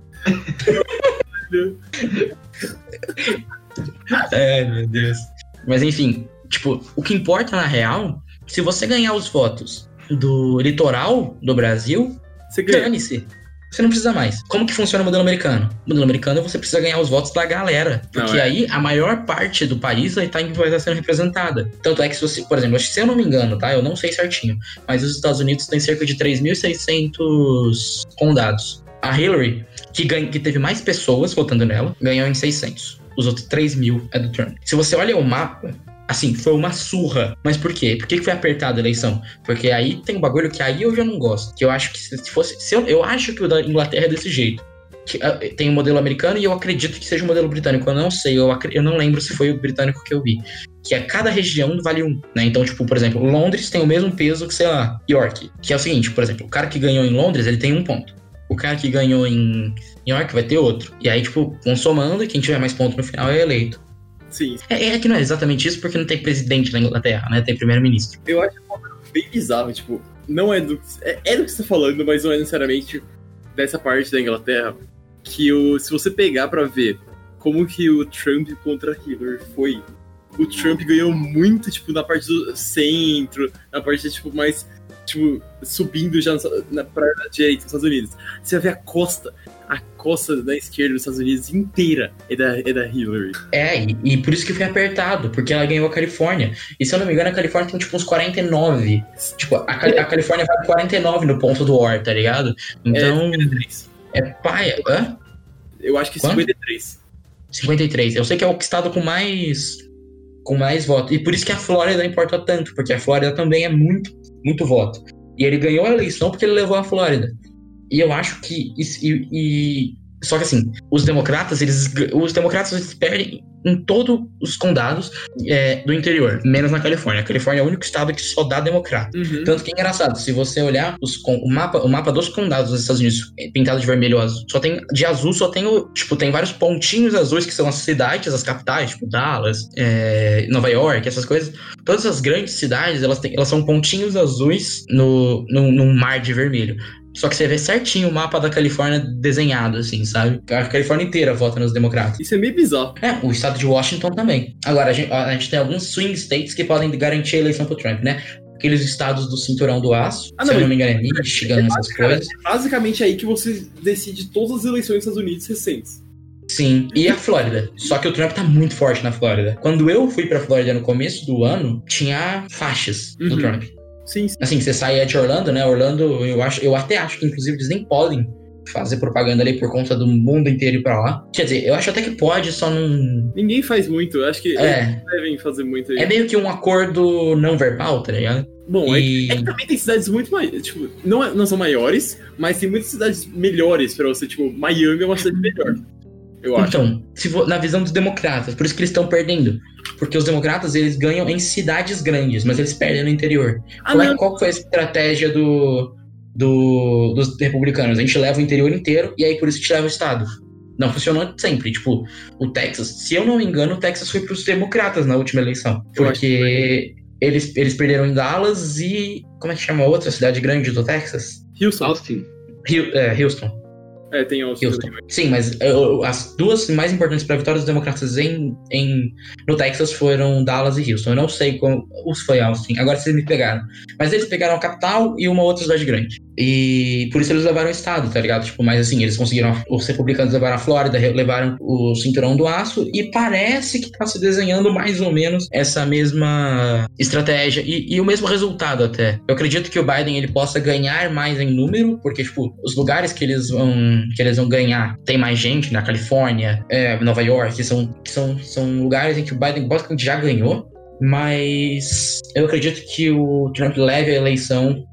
É, meu Deus. Mas enfim, tipo, o que importa na real, se você ganhar os votos do litoral do Brasil, Você ganha. dane-se. Você não precisa mais. Como que funciona o modelo americano? O modelo americano você precisa ganhar os votos da galera. Porque Não, é. aí a maior parte do país vai estar, vai estar sendo representada. Tanto é que se você, por exemplo, se eu não me engano, tá? Eu não sei certinho. Mas os Estados Unidos têm cerca de três mil e seiscentos condados. A Hillary, que, ganha, que teve mais pessoas votando nela, ganhou em seiscentos. Os outros três mil é do Trump. Se você olha o mapa, assim, foi uma surra. Mas por quê? Por que que foi apertada a eleição? Porque aí tem um bagulho que aí eu já não gosto. Que eu acho que se fosse... Se eu, eu acho que o da Inglaterra é desse jeito. Que, uh, tem o modelo americano e eu acredito que seja o modelo britânico. Eu não sei, eu, eu não lembro se foi o britânico que eu vi. Que é cada região vale um, né? Então, tipo, por exemplo, Londres tem o mesmo peso que, sei lá, York. Que é o seguinte, por exemplo, o cara que ganhou em Londres, ele tem um ponto. O cara que ganhou em York vai ter outro. E aí, tipo, vão somando e quem tiver mais pontos no final é eleito. Sim. É, é que não é exatamente isso porque não tem presidente na Inglaterra, né? Tem primeiro-ministro. Eu acho bem bizarro, tipo, não é do, é, é do que você tá falando, mas não é necessariamente dessa parte da Inglaterra, que o, se você pegar pra ver como que o Trump contra Hillary foi, o Trump ganhou muito, tipo, na parte do centro, na parte, tipo, mais, tipo, subindo já na, pra direita dos Estados Unidos. Você vai ver a costa, a costa da esquerda dos Estados Unidos inteira é da, é da Hillary. É, e, e por isso que foi apertado, porque ela ganhou a Califórnia. E se eu não me engano, a Califórnia tem tipo uns quarenta e nove. Tipo, a, Cali- a Califórnia vai quarenta e nove no ponto do War, tá ligado? Então, É cinquenta e três. é paia. Hã? Eu acho que Quanto? cinquenta e três. cinquenta e três. Eu sei que é o estado com mais com mais votos. E por isso que a Flórida importa tanto, porque a Flórida também é muito, muito voto. E ele ganhou a eleição porque ele levou a Flórida. E eu acho que... Isso, e, e- só que assim, os democratas, eles, os democratas eles perdem em todos os condados é, do interior, menos na Califórnia. A Califórnia é o único estado que só dá democrata. Uhum. Tanto que é engraçado, se você olhar os, con- o, mapa, o mapa dos condados dos Estados Unidos pintado de vermelho ou azul, só tem, de azul só tem o, tipo, tem vários pontinhos azuis que são as cidades, as capitais, tipo Dallas, é, Nova York, essas coisas. Todas as grandes cidades, elas, têm, elas são pontinhos azuis no, no, num mar de vermelho. Só que você vê certinho o mapa da Califórnia desenhado, assim, sabe? A Califórnia inteira vota nos democratas. Isso é meio bizarro. É, o estado de Washington também. Agora, a gente, a gente tem alguns swing states que podem garantir a eleição pro Trump, né? Aqueles estados do cinturão do aço, Ah, se não, eu não me engano é Michigan, essas Cara, coisas. é basicamente aí que você decide todas as eleições dos Estados Unidos recentes. Sim, e a Flórida. Só que o Trump tá muito forte na Flórida. Quando eu fui pra Flórida no começo do ano, tinha faixas do Uhum. Trump. Sim, sim. Assim, você sai de Orlando, né? Orlando, eu, acho, eu até acho que, inclusive, eles nem podem fazer propaganda ali por conta do mundo inteiro ir pra lá. Quer dizer, eu acho até que pode, só não... Ninguém faz muito, eu acho que É. eles devem fazer muito aí. É meio que um acordo não verbal, tá ligado? Bom, é, E- que, é que também tem cidades muito maiores, tipo, não, é- não são maiores, mas tem muitas cidades melhores pra você, tipo, Miami é uma cidade melhor, eu acho. Então, se for, na visão dos democratas, por isso que eles estão perdendo. Porque os democratas, eles ganham em cidades grandes, mas eles perdem no interior. Ah, Qual, é- não, qual foi a estratégia do, do- dos republicanos? A gente leva o interior inteiro e aí por isso a gente leva o estado. Não funcionou sempre. Tipo, o Texas, se eu não me engano, o Texas foi pros democratas na última eleição. Eu acho Porque eles, eles perderam em Dallas e... Como é que chama a outra cidade grande do Texas? Houston. Austin. Hu- é, Houston. É, tem Austin. Houston. Sim, mas uh, as duas mais importantes para a vitória dos democratas em, em, no Texas foram Dallas e Houston. Eu não sei como. Ou se foi Austin, agora vocês me pegaram. Mas eles pegaram a capital e uma outra cidade grande. E por isso eles levaram o estado, tá ligado? Tipo, mas assim, eles conseguiram. Os republicanos levaram a Flórida, levaram o cinturão do aço, e parece que tá se desenhando mais ou menos essa mesma estratégia e, e o mesmo resultado até. Eu acredito que o Biden ele possa ganhar mais em número, porque, tipo, os lugares que eles vão, que eles vão ganhar tem mais gente, na Califórnia, é, Nova York, que são, que são, são lugares em que o Biden basicamente já ganhou, mas eu acredito que o Trump leve a eleição.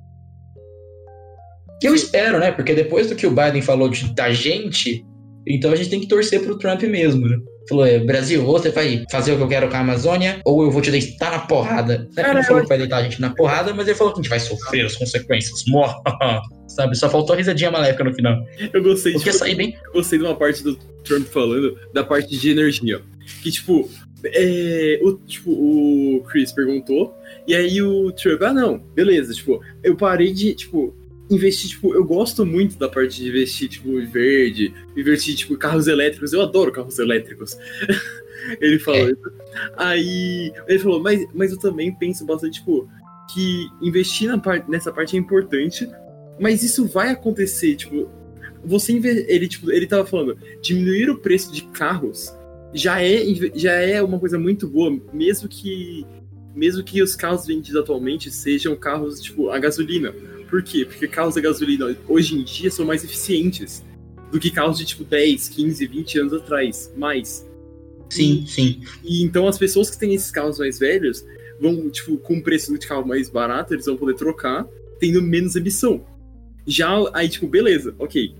Que eu espero, né? Porque depois do que o Biden falou de, da gente, então a gente tem que torcer pro Trump mesmo, né? Falou, é, Brasil, ou você vai fazer o que eu quero com a Amazônia, ou eu vou te deitar na porrada. Ele não falou que vai deitar a gente na porrada, mas ele falou que a gente vai sofrer as consequências. Sabe? Só faltou a risadinha maléfica no final. Eu gostei, Porque tipo, sair bem. Eu gostei de uma parte do Trump falando da parte de energia. Que, tipo, é, o, tipo, o Chris perguntou, e aí o Trump, ah, não, beleza, tipo, eu parei de, tipo, investir, tipo, eu gosto muito da parte de investir, tipo, em verde, investir, tipo, carros elétricos, eu adoro carros elétricos. Ele falou É. isso. Aí, ele falou, mas, mas eu também penso bastante, tipo, que investir na parte, nessa parte é importante, mas isso vai acontecer, tipo, você, inve- ele, tipo, ele tava falando, diminuir o preço de carros já é, já é uma coisa muito boa, mesmo que, mesmo que os carros vendidos atualmente sejam carros, tipo, a gasolina. Por quê? Porque carros a gasolina hoje em dia são mais eficientes do que carros de tipo dez, quinze, vinte anos atrás, mais. Sim, e, sim. E então as pessoas que têm esses carros mais velhos vão, tipo, com o preço de carro mais barato, eles vão poder trocar, tendo menos emissão. Já, aí, tipo, beleza, ok.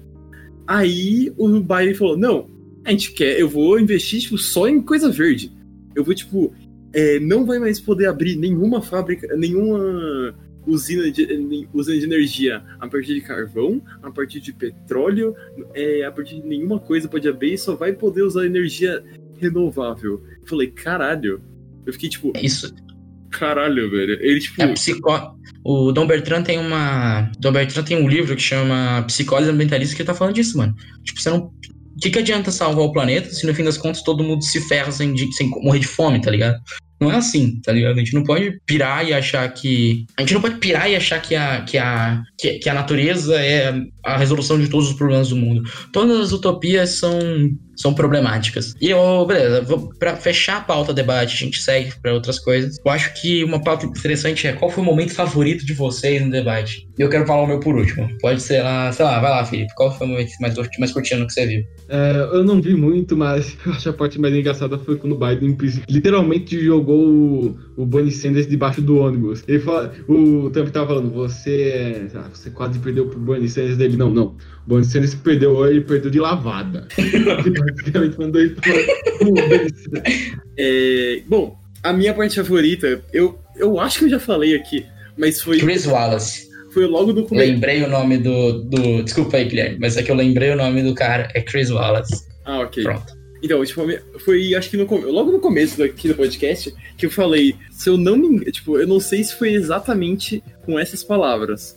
Aí o Biden falou, não, a gente quer, eu vou investir, tipo, só em coisa verde. Eu vou, tipo, é, não vai mais poder abrir nenhuma fábrica, nenhuma usina de, usina de energia a partir de carvão, a partir de petróleo, é, a partir de nenhuma coisa pode abrir, só vai poder usar energia renovável. Eu falei, caralho. Eu fiquei tipo, Isso. Caralho, velho. Ele, tipo. É psicó... O Dom Bertrand tem uma. Dom Bertrand tem um livro que chama Psicose Ambientalista que tá falando disso, mano. Tipo, você não. O que, que adianta salvar o planeta se no fim das contas todo mundo se ferra sem, sem morrer de fome, tá ligado? Não é assim, tá ligado? A gente não pode pirar e achar que... A gente não pode pirar e achar que a, que a, que, que a natureza é a resolução de todos os problemas do mundo. Todas as utopias são, são problemáticas. E, eu, beleza, vou, pra fechar a pauta debate, a gente segue pra outras coisas. Eu acho que uma pauta interessante é qual foi o momento favorito de vocês no debate? E eu quero falar o meu por último. Pode ser lá, sei lá, vai lá, Felipe. Qual foi o momento mais, mais curtindo que você viu? É, eu não vi muito, mas eu acho a parte mais engraçada foi quando o Biden literalmente jogou o, o Bernie Sanders debaixo do ônibus. Ele fala, o Trump tava falando, você, ah, você quase perdeu pro Bernie Sanders dele. Não, não. O Bernie Sanders perdeu, ele perdeu de lavada. Ele basicamente mandou ele pro Bernie Sanders. É, bom, a minha parte favorita, eu, eu acho que eu já falei aqui, mas foi... Chris Wallace. Foi logo do começo. Lembrei o nome do, do... Desculpa aí, Guilherme, mas é que eu lembrei o nome do cara. É Chris Wallace. Ah, ok. Pronto. Então, tipo, foi, acho que no, logo no começo daqui do podcast, que eu falei, se eu não me engano, tipo, eu não sei se foi exatamente com essas palavras,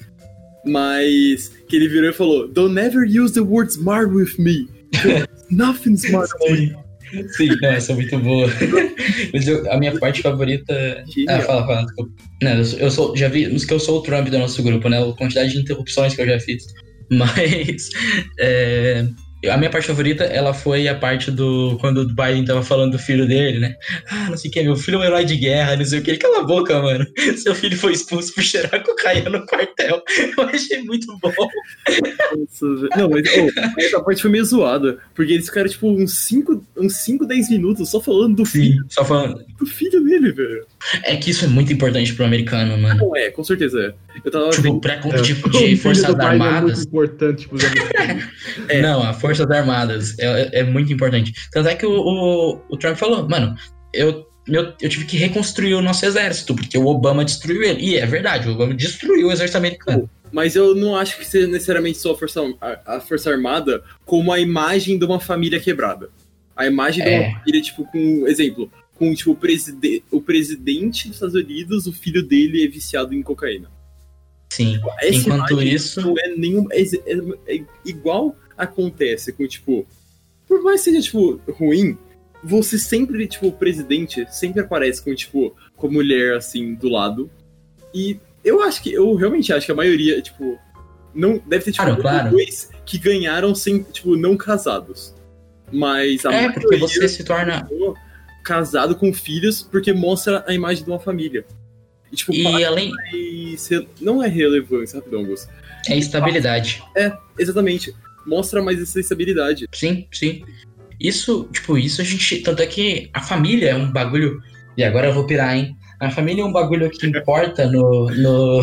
mas que ele virou e falou, don't ever use the word smart with me. Nothing smart with me. Sim, não, essa é muito boa. Mas eu, a minha parte favorita... Genial. Ah, fala, fala. Não, eu, sou, eu sou, já vi, que eu sou o Trump do nosso grupo, né? A quantidade de interrupções que eu já fiz. Mas... É... A minha parte favorita, ela foi a parte do... Quando o Biden tava falando do filho dele, né? Ah, não sei o que, meu filho é um herói de guerra, não sei o que. Ele, cala a boca, mano. Seu filho foi expulso por cheirar cocaína no quartel. Eu achei muito bom. Nossa, não, mas oh, essa parte foi meio zoada, porque eles ficaram, tipo, uns cinco, uns cinco, dez minutos só falando do filho, Sim, só falando... do filho dele, velho. É que isso é muito importante pro americano, mano. Não é, com certeza é. Eu tava Tipo, vendo... pra É, tipo o de filho Forças do Biden Armadas... É muito importante pros americanos. É. Não, a Forças Armadas é, é muito importante. Tanto é que o, o, o Trump falou, mano, eu, eu, eu tive que reconstruir o nosso exército, porque o Obama destruiu ele. E é verdade, o Obama destruiu o exército americano. Mas eu não acho que seja necessariamente só a Força, a, a Força Armada como a imagem de uma família quebrada. A imagem É. de uma família, tipo, com... Exemplo, com, tipo, o, preside, o presidente dos Estados Unidos, o filho dele é viciado em cocaína. Sim. Essa Enquanto imagem isso... não é nenhum... É, é, é igual acontece com, tipo... Por mais que seja, tipo, ruim, você sempre, tipo, o presidente sempre aparece com, tipo, com a mulher, assim, do lado. E eu acho que... Eu realmente acho que a maioria, tipo... Não, deve ter, tipo, Claro, claro. dois que ganharam sem, tipo, não casados. Mas a É, porque maioria você se torna... ficou casado com filhos porque mostra a imagem de uma família. E, tipo, E passa além... mais re- não é relevância, rapidão, Augusto. É estabilidade. É, exatamente. Mostra mais essa estabilidade. Sim, sim. Isso, tipo, isso a gente... Tanto é que a família é um bagulho... E agora eu vou pirar, hein? A família é um bagulho que importa no... no...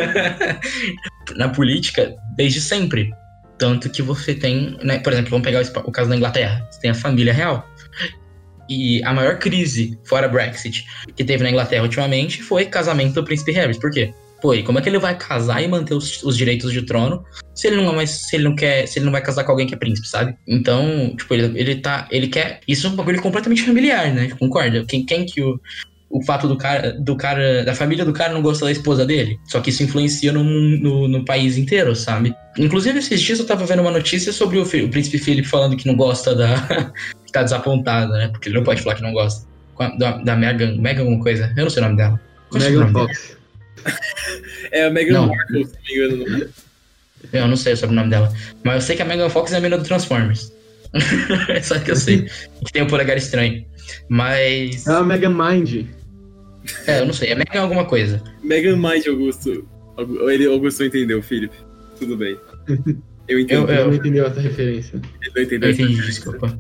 na política desde sempre. Tanto que você tem... Né, por exemplo, vamos pegar o, o caso da Inglaterra. Você tem a família real. E a maior crise, fora Brexit, que teve na Inglaterra ultimamente foi casamento do príncipe Harry. Por quê? Pô, e como é que ele vai casar e manter os, os direitos de trono se ele não é mais, se ele não quer, se ele não vai casar com alguém que é príncipe, sabe? Então, tipo, ele, ele tá, ele quer, isso é um bagulho completamente familiar, né? Concorda? Quem, quem que o, o fato do cara, do cara, da família do cara não gosta da esposa dele? Só que isso influencia no, no, no país inteiro, sabe? Inclusive, esses dias eu tava vendo uma notícia sobre o, o príncipe Philip falando que não gosta da, que tá desapontado, né? Porque ele não pode falar que não gosta. Da, da Meghan, Meghan alguma coisa, eu não sei o nome dela. Qual é o Meghan nome dela? Fox. É a Meghan Não. Markle, se não me engano. Eu não sei sobre o nome dela. Mas eu sei que a Megan Fox é a menina do Transformers. É só que eu sei. Que tem um polegar estranho. Mas. É a Mega Mind. É, eu não sei. É Megan alguma coisa. Meghan Mind, Augusto. Augu- Ele, Augusto entendeu, Felipe. Tudo bem. Eu entendi. Eu- Eu não entendeu essa referência. Ele não entendeu. Eu entendi, desculpa.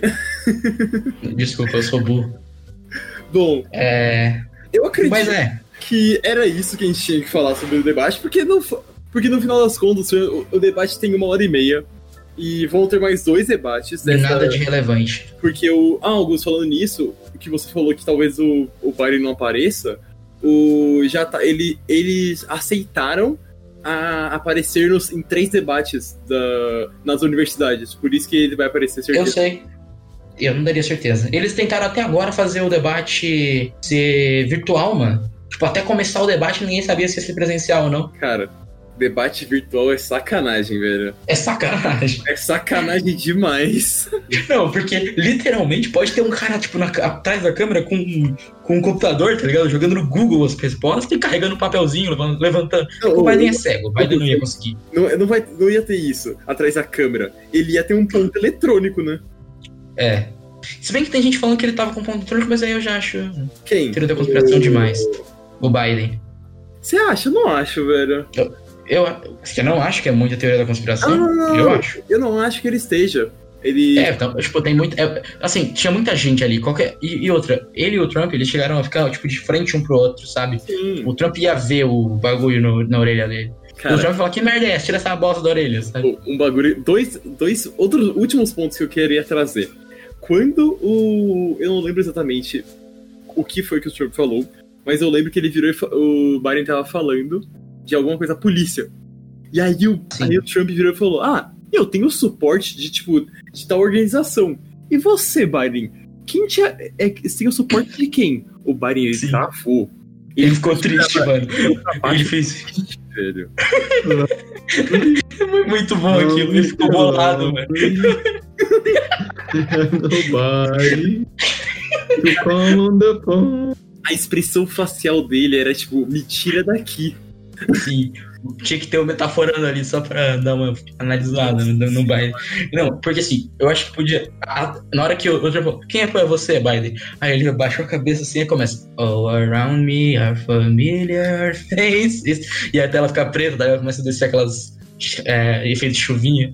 Desculpa, eu sou burro. Bom, É. eu acredito Mas é. que era isso que a gente tinha que falar sobre o debate, porque no, porque no final das contas o, o debate tem uma hora e meia e vão ter mais dois debates. Dessa, Nada de relevante. Porque o. Ah, Augusto, falando nisso, o que você falou que talvez o, o Biden não apareça, o, já tá, ele, eles aceitaram a aparecer nos, em três debates da, nas universidades. Por isso que ele vai aparecer, certeza. Eu sei. Eu não daria certeza. Eles tentaram até agora fazer o debate ser virtual, mano. Tipo, até começar o debate ninguém sabia se ia ser presencial ou não. Cara, debate virtual é sacanagem, velho. É sacanagem. É sacanagem demais. Não, porque literalmente pode ter um cara, tipo, na, atrás da câmera com, com um computador, tá ligado? Jogando no Google as respostas e carregando um papelzinho, levantando. Não, O o- Biden é cego, o Biden não ia conseguir. Não, não, vai, não ia ter isso atrás da câmera. Ele ia ter um ponto eletrônico, né? É. Se bem que tem gente falando que ele tava com ponto eletrônico, mas aí eu já acho Quem? teoria da conspiração O- demais. O Biden. Você acha? Eu não acho, velho. Eu, você não acha que é muita teoria da conspiração? Ah, não, não, Eu não. acho. Eu não acho que ele esteja. Ele. É, então, tipo, tem muito. É, assim, tinha muita gente ali. Qualquer, e, e outra, ele e o Trump, eles chegaram a ficar, tipo, de frente um pro outro, sabe? Sim, O Trump ia ver o bagulho no- na orelha dele. o cara. Trump falou, que merda é essa? Tira essa bosta da orelha, sabe? Um bagulho. Dois, dois outros últimos pontos que eu queria trazer. Quando o. Eu não lembro exatamente o que foi que o Trump falou, mas eu lembro que ele virou e fa- o Biden tava falando de alguma coisa da polícia. E aí o, Sim. aí o Trump virou e falou: Ah, eu tenho suporte de, tipo, de tal organização. E você, Biden? Quem te, é, é, você tem o suporte de quem? O Biden, ele Sim. travou. Ele ficou triste, mano. Ele Ele fez. velho. Foi muito bom aquilo. Ele ficou bolado, mano. Nobody. To call on the phone. A expressão facial dele era tipo, me tira daqui. Sim. Tinha que ter um metaforando ali só pra dar uma analisada no, no Biden. Não, porque assim, eu acho que podia. a- na hora que o outro falou, quem apoia você, Biden? Aí ele abaixou a cabeça assim e começa. All around me are familiar faces. E a tela fica preta, daí começa a descer aquelas é, efeitos de chuvinha.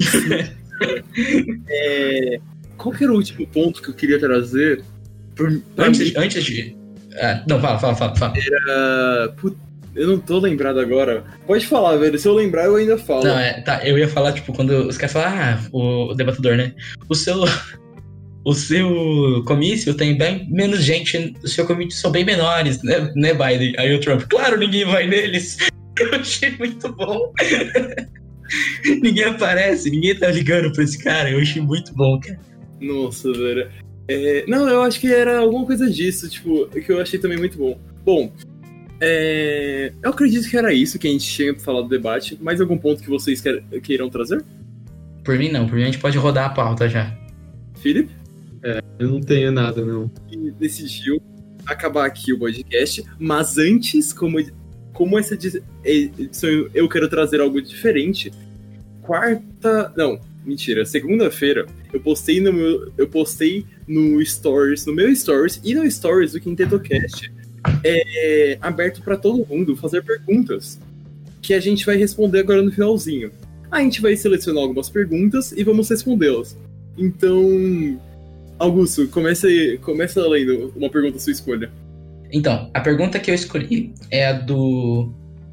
É, qual que era o último ponto que eu queria trazer? Por, pra Antes, mim, de- antes de. Ah, não, fala, fala, fala. fala. era- put- eu não tô lembrado agora. Pode falar, velho. Se eu lembrar, eu ainda falo. Não, é, tá, eu ia falar, tipo, quando os caras falam, ah, o, o debatedor, né? O seu. O seu comício tem bem menos gente, o seu comício são bem menores, né, né, Biden? Aí o Trump, claro, ninguém vai neles. Eu achei muito bom. Ninguém aparece, ninguém tá ligando pra esse cara. Eu achei muito bom, cara. Nossa, velho. É, não, eu acho que era alguma coisa disso, tipo, que eu achei também muito bom. Bom, é, eu acredito que era isso que a gente tinha pra falar do debate. Mais algum ponto que vocês quer, queiram trazer? Por mim, não. Por mim, a gente pode rodar a pauta já. Felipe? Eu não tenho nada, não. E decidiu acabar aqui o podcast, mas antes, como como essa edição eu quero trazer algo diferente, quarta... Não, mentira. Segunda-feira, eu postei no meu... Eu postei no Stories, no meu Stories e no Stories do QuintettoCast, é, aberto pra todo mundo fazer perguntas, que a gente vai responder agora no finalzinho. A gente vai selecionar algumas perguntas e vamos respondê-las. Então, Augusto, começa, começa lendo uma pergunta à sua escolha. Então, a pergunta que eu escolhi é a do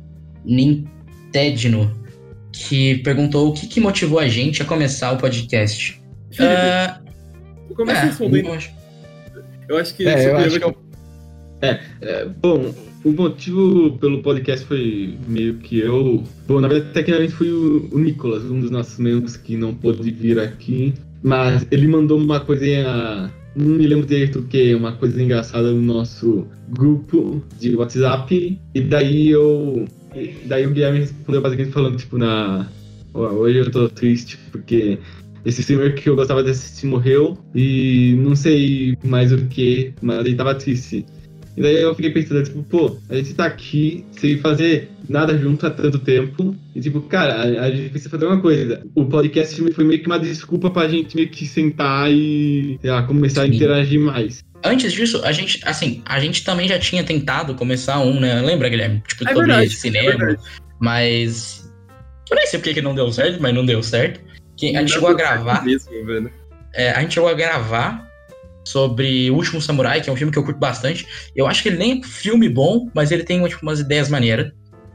Nintedno, que perguntou o que, que motivou a gente a começar o podcast. Felipe, uh, começa é, respondendo. Eu acho, Eu acho que... É, eu vai... acho que eu... é, é, bom, o motivo pelo podcast foi meio que eu... Bom, na verdade, tecnicamente foi o, o Nicolas, um dos nossos membros que não pôde vir aqui, mas ele mandou uma coisinha... Não me lembro direito o que, uma coisa engraçada no nosso grupo de WhatsApp, e daí eu... Daí o Guilherme respondeu basicamente falando, tipo, na... Hoje eu tô triste porque esse streamer que eu gostava de assistir morreu e não sei mais o que, mas ele tava triste. E daí eu fiquei pensando, tipo, pô, a gente tá aqui sem fazer nada junto há tanto tempo. E tipo, cara, a, a gente precisa fazer uma coisa. O podcast foi meio que uma desculpa pra gente meio que sentar e, sei lá, começar Sim. a interagir mais. Antes disso, a gente, assim, a gente também já tinha tentado começar um, né? Lembra, Guilherme? Tipo, É sobre verdade, cinema. é verdade. Mas eu nem sei porque que não deu certo, mas não deu certo. Que a gente chegou a gravar. Mesmo, velho. É, a gente chegou a gravar sobre O Último Samurai, que é um filme que eu curto bastante. Eu acho que ele nem é um filme bom, mas ele tem tipo, umas ideias maneiras.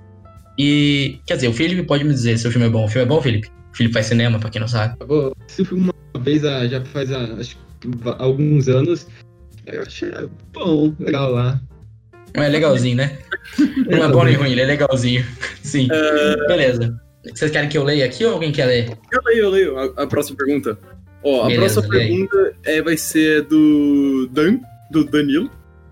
E, quer dizer, o Felipe pode me dizer se o filme é bom. O filme é bom, Felipe? O Felipe faz cinema, pra quem não sabe. Eu assisti o filme uma vez, ah, já faz ah, acho que alguns anos. Eu achei bom, legal lá. É legalzinho, né? Não é bom nem ruim, ele é legalzinho. Sim. Uh... Beleza. Vocês querem que eu leia aqui ou alguém quer ler? Eu leio, eu leio a, a próxima pergunta. Ó, a Beleza, próxima pergunta é, vai ser do Dan, do Danilo.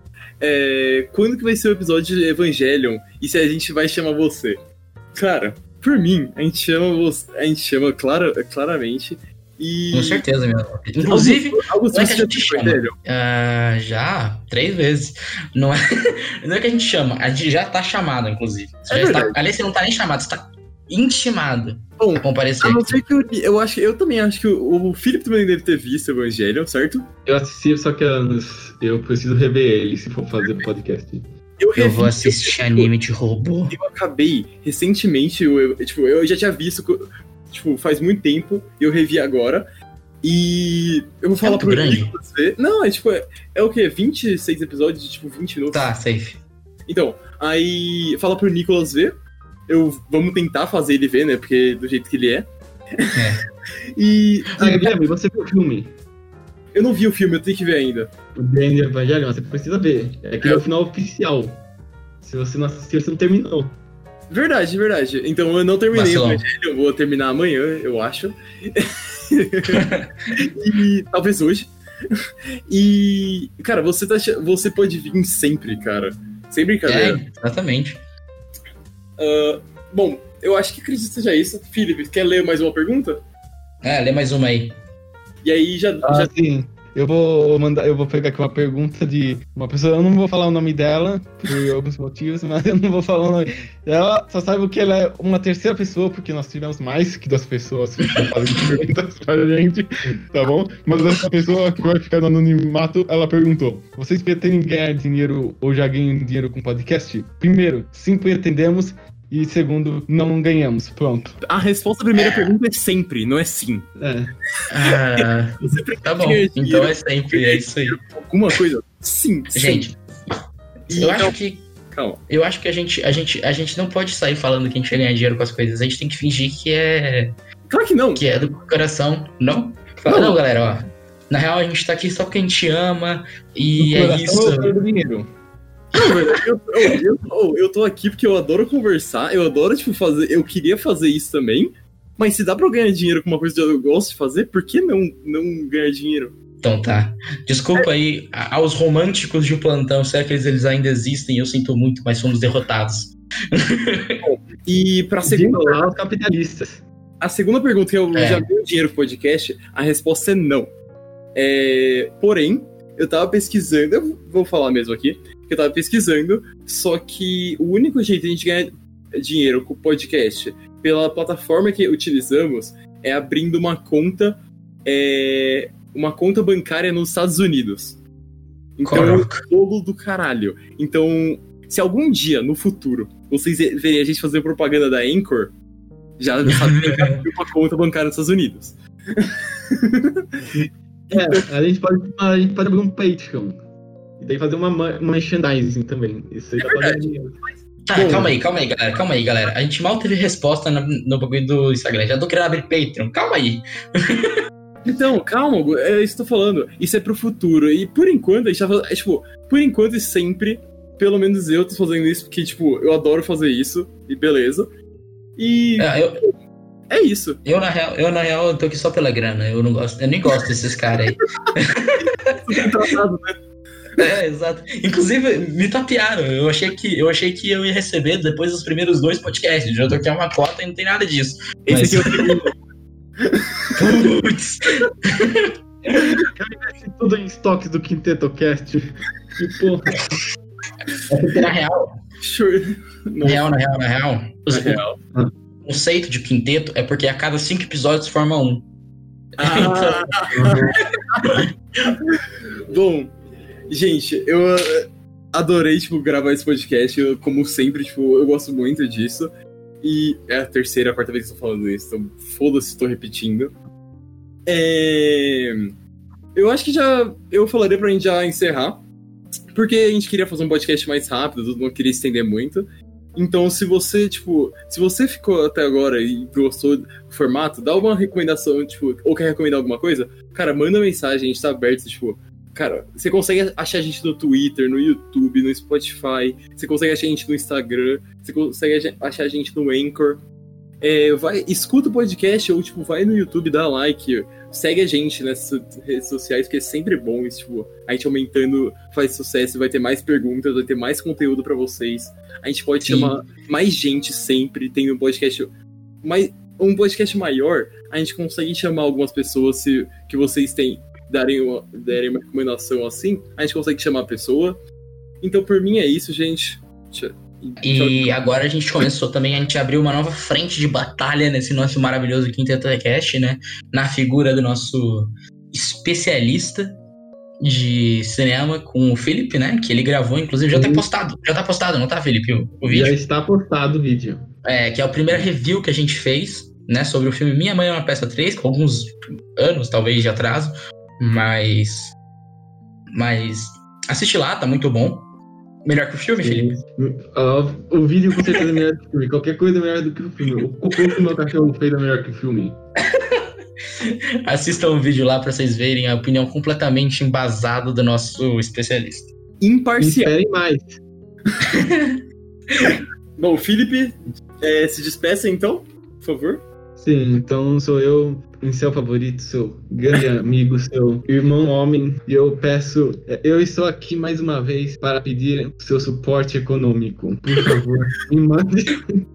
É, quando que vai ser o episódio de Evangelion? E se a gente vai chamar você? Cara, por mim, a gente chama você, a gente chama clara, claramente. E... Com certeza, meu. Inclusive, Augusto, não é que a você gente já chama. Evangelion? Uh, já, três vezes. Não é, não é que a gente chama, a gente já tá chamado, inclusive. Você É já está, verdade. aliás, você não tá nem chamado, você tá intimado Bom, a comparecer. a não ser que eu, eu acho que eu também acho que o, o Felipe também deve ter visto Evangelion, certo? Eu assisti, só que anos, eu preciso rever ele se for fazer o podcast. Eu revi, vou assistir eu, anime de robô. Eu acabei recentemente, eu, eu, tipo, eu já tinha visto, tipo, faz muito tempo, e eu revi agora. E eu vou falar é pro grande. Nicolas ver. Não, é tipo, é, é o quê? vinte e seis episódios de tipo vinte minutos? Tá, safe. Então, aí fala pro Nicolas ver. Eu, vamos tentar fazer ele ver, né? Porque do jeito que ele é. É. e. Ah, Guilherme, você viu o filme? Eu não vi o filme, eu tenho que ver ainda. O Grande Evangelho, você precisa ver. É que é o final oficial. Se você não assistiu, você não terminou. Verdade, verdade. Então eu não terminei Vacilão. o Evangelho, eu vou terminar amanhã, eu acho. E talvez hoje. E, cara, você, tá, você pode vir sempre, cara. Sem brincadeira. É, exatamente. Uh, bom, eu acho que acredito que seja isso. Felipe, quer ler mais uma pergunta? É, lê mais uma aí. E aí já. Ah, já... sim. Eu vou mandar, eu vou pegar aqui uma pergunta de uma pessoa, eu não vou falar o nome dela, por alguns motivos, mas eu não vou falar o nome. Ela só sabe que ela é uma terceira pessoa, porque nós tivemos mais que duas pessoas fazendo perguntas pra gente, tá bom? Mas essa pessoa que vai ficar no anonimato, ela perguntou: vocês pretendem ganhar dinheiro ou já ganham dinheiro com podcast? Primeiro, sim, pretendemos. E segundo, não ganhamos. Pronto. A resposta à primeira é. pergunta é sempre, não é sim. É. Ah, Você tá bom, então é sempre, é isso aí. Alguma coisa? Sim, gente. Sim. Eu então, acho que. Calma. Eu acho que a gente, a, gente, a gente não pode sair falando que a gente vai ganhar dinheiro com as coisas. A gente tem que fingir que é. Claro que não. Que é do coração. Não? Fala, não, não galera, ó. Na real, a gente tá aqui só porque a gente ama. E é isso. Eu do dinheiro. Não, eu, eu, eu, eu, eu tô aqui porque eu adoro conversar, eu adoro, tipo, fazer. Eu queria fazer isso também, mas se dá pra eu ganhar dinheiro com uma coisa que eu gosto de fazer, por que não, não ganhar dinheiro? Então tá. Desculpa é. aí aos românticos de plantão, será que eles, eles ainda existem? Eu sinto muito, mas fomos derrotados. Bom, e pra segunda. Lá, os capitalistas. A segunda pergunta, que eu é. já ganho dinheiro com o podcast, a resposta é não. É, porém, eu tava pesquisando, eu vou falar mesmo aqui. que eu tava pesquisando, só que o único jeito de a gente ganhar dinheiro com o podcast pela plataforma que utilizamos é abrindo uma conta, é, uma conta bancária nos Estados Unidos. Então é um bolo do caralho. Então, se algum dia, no futuro, vocês verem a gente fazer propaganda da Anchor, já sabe que é uma conta bancária nos Estados Unidos. É, a gente pode, a gente pode abrir um Patreon. E daí fazer uma, uma merchandising também. Isso aí É dá pra ganhar verdade. dinheiro. Tá, Bom, calma aí, calma aí, galera, calma aí, galera. A gente mal teve resposta no, no bagulho do Instagram. Já tô querendo abrir Patreon, calma aí. Então, calma, é isso que eu tô falando. Isso é pro futuro. E por enquanto, a gente tá fazendo. É, tipo, por enquanto e sempre, pelo menos eu tô fazendo isso, porque, tipo, eu adoro fazer isso, e beleza. E É, eu, é isso. eu, na real, eu, na real, eu tô aqui só pela grana. Eu não gosto, eu nem gosto desses caras aí. Tratado, né? É, exato. Inclusive, me tapearam. Eu achei que eu achei que eu ia receber depois dos primeiros dois podcasts. Já tô aqui uma cota e não tem nada disso. Esse Mas... aqui é o segundo. Putz. Eu investi tudo em estoques do QuintetoCast. Que porra. É porque, na real, Sure. na real, na real, na real, os- Na real. o conceito de quinteto é porque a cada cinco episódios forma um. Ah, bom, gente, eu uh, adorei, tipo, gravar esse podcast. Eu, como sempre, tipo, eu gosto muito disso. E é a terceira, a quarta vez que eu tô falando isso, então foda-se, tô repetindo. É... Eu acho que já... Eu falaria pra gente já encerrar, porque a gente queria fazer um podcast mais rápido, não queria estender muito. Então, se você, tipo... Se você ficou até agora e gostou do formato, dá uma recomendação, tipo... Ou quer recomendar alguma coisa, cara, manda mensagem, a gente tá aberto, tipo... Cara, você consegue achar a gente no Twitter, no YouTube, no Spotify. Você consegue achar a gente no Instagram. Você consegue achar a gente no Anchor. É, vai, escuta o podcast ou, tipo, vai no YouTube, dá like. Segue a gente nessas redes sociais, porque é sempre bom isso, tipo... A gente aumentando faz sucesso, vai ter mais perguntas, vai ter mais conteúdo pra vocês. A gente pode Sim. chamar mais gente sempre. Tem um podcast... Mais, um podcast maior, a gente consegue chamar algumas pessoas se, que vocês têm... Darem uma, darem uma recomendação assim, a gente consegue chamar a pessoa. Então, por mim, é isso, gente. Tchau. E agora a gente começou também, a gente abriu uma nova frente de batalha nesse nosso maravilhoso QuintetoCast, né? Na figura do nosso especialista de cinema com o Felipe, né? Que ele gravou, inclusive, já tá Sim. postado. Já tá postado, não tá, Felipe? O, o Já vídeo? está postado o vídeo. É, que é a primeira review que a gente fez, né? Sobre o filme Minha Mãe é uma Peça três, com alguns anos, talvez, de atraso. Mas. Mas. Assiste lá, tá muito bom. Melhor que o filme, Felipe? Ah, o vídeo com certeza é melhor que o filme. Qualquer coisa é melhor do que o filme. O cocô que o meu cachorro fez é melhor que o filme. Assistam o vídeo lá pra vocês verem a opinião completamente embasada do nosso especialista. Imparcial. Esperem mais. Bom, Felipe, é, se despeça então, por favor. Sim, então sou eu, em seu favorito, seu grande amigo, seu irmão homem. E eu peço, eu estou aqui mais uma vez para pedir o seu suporte econômico. Por favor, me mande.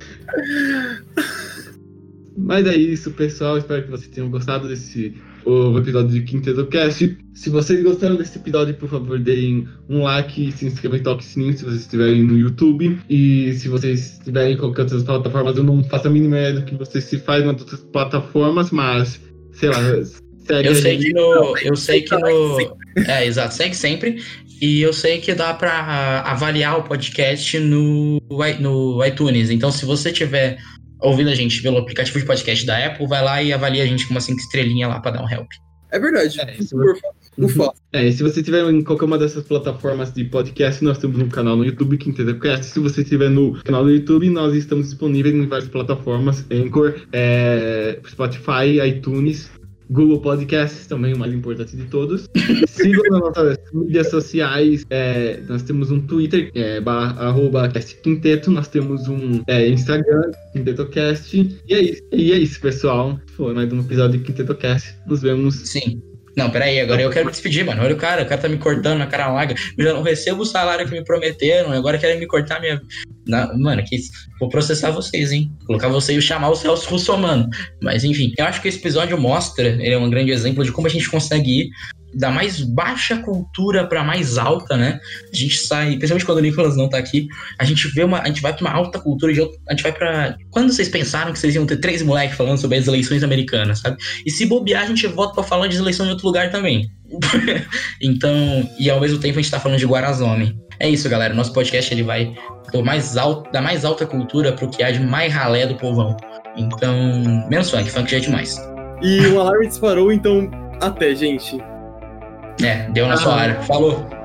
Mas é isso, pessoal. Espero que vocês tenham gostado desse o episódio de QuintetoCast. Se vocês gostaram desse episódio, por favor, deem um like, se inscrevam e toquem o sininho se vocês estiverem no YouTube. E se vocês estiverem em qualquer outra plataforma, eu não faço a mínima ideia do que vocês se fazem nas outras plataformas, mas, sei lá, segue Eu a sei gente. que no. Eu sei que no. É, exato, segue sempre. E eu sei que dá pra avaliar o podcast no, no iTunes. Então, se você tiver ouvindo a gente pelo aplicativo de podcast da Apple, vai lá e avalia a gente com uma cinco estrelinhas lá pra dar um help. É verdade. É, isso por por favor. É, e se você estiver em qualquer uma dessas plataformas de podcast, nós temos um canal no YouTube, QuintetoCast. Se você estiver no canal do YouTube, nós estamos disponíveis em várias plataformas, Anchor, é, Spotify, iTunes, Google Podcasts, também o mais importante de todos. Sigam nas nossas mídias sociais, é, nós temos um Twitter, é, barra, arroba castquinteto, nós temos um é, Instagram, QuintetoCast, e é isso, e é isso, pessoal. Foi mais um episódio de QuintetoCast. Nos vemos. Sim. Não, peraí, agora eu quero me despedir, mano. Olha o cara, o cara tá me cortando na cara larga. Eu já não recebo o salário que me prometeram, agora querem me cortar minha. Não, mano, que isso? Vou processar vocês, hein? Colocar vocês e chamar o Celso Russomano. Mas enfim, eu acho que esse episódio mostra, ele é um grande exemplo de como a gente consegue ir da mais baixa cultura pra mais alta, né? A gente sai, principalmente quando o Nicolas não tá aqui, a gente vê uma, a gente vai pra uma alta cultura, de, a gente vai pra... Quando vocês pensaram que vocês iam ter três moleques falando sobre as eleições americanas, sabe? E se bobear, a gente volta pra falar de eleição em outro lugar também. Então, e ao mesmo tempo a gente tá falando de Guarazome. É isso, galera, nosso podcast ele vai do mais alto, da mais alta cultura pro que há de mais ralé do povão. Então, menos funk, funk já é demais. E o alarme disparou, então até, gente. É, deu na ah. sua área. Falou.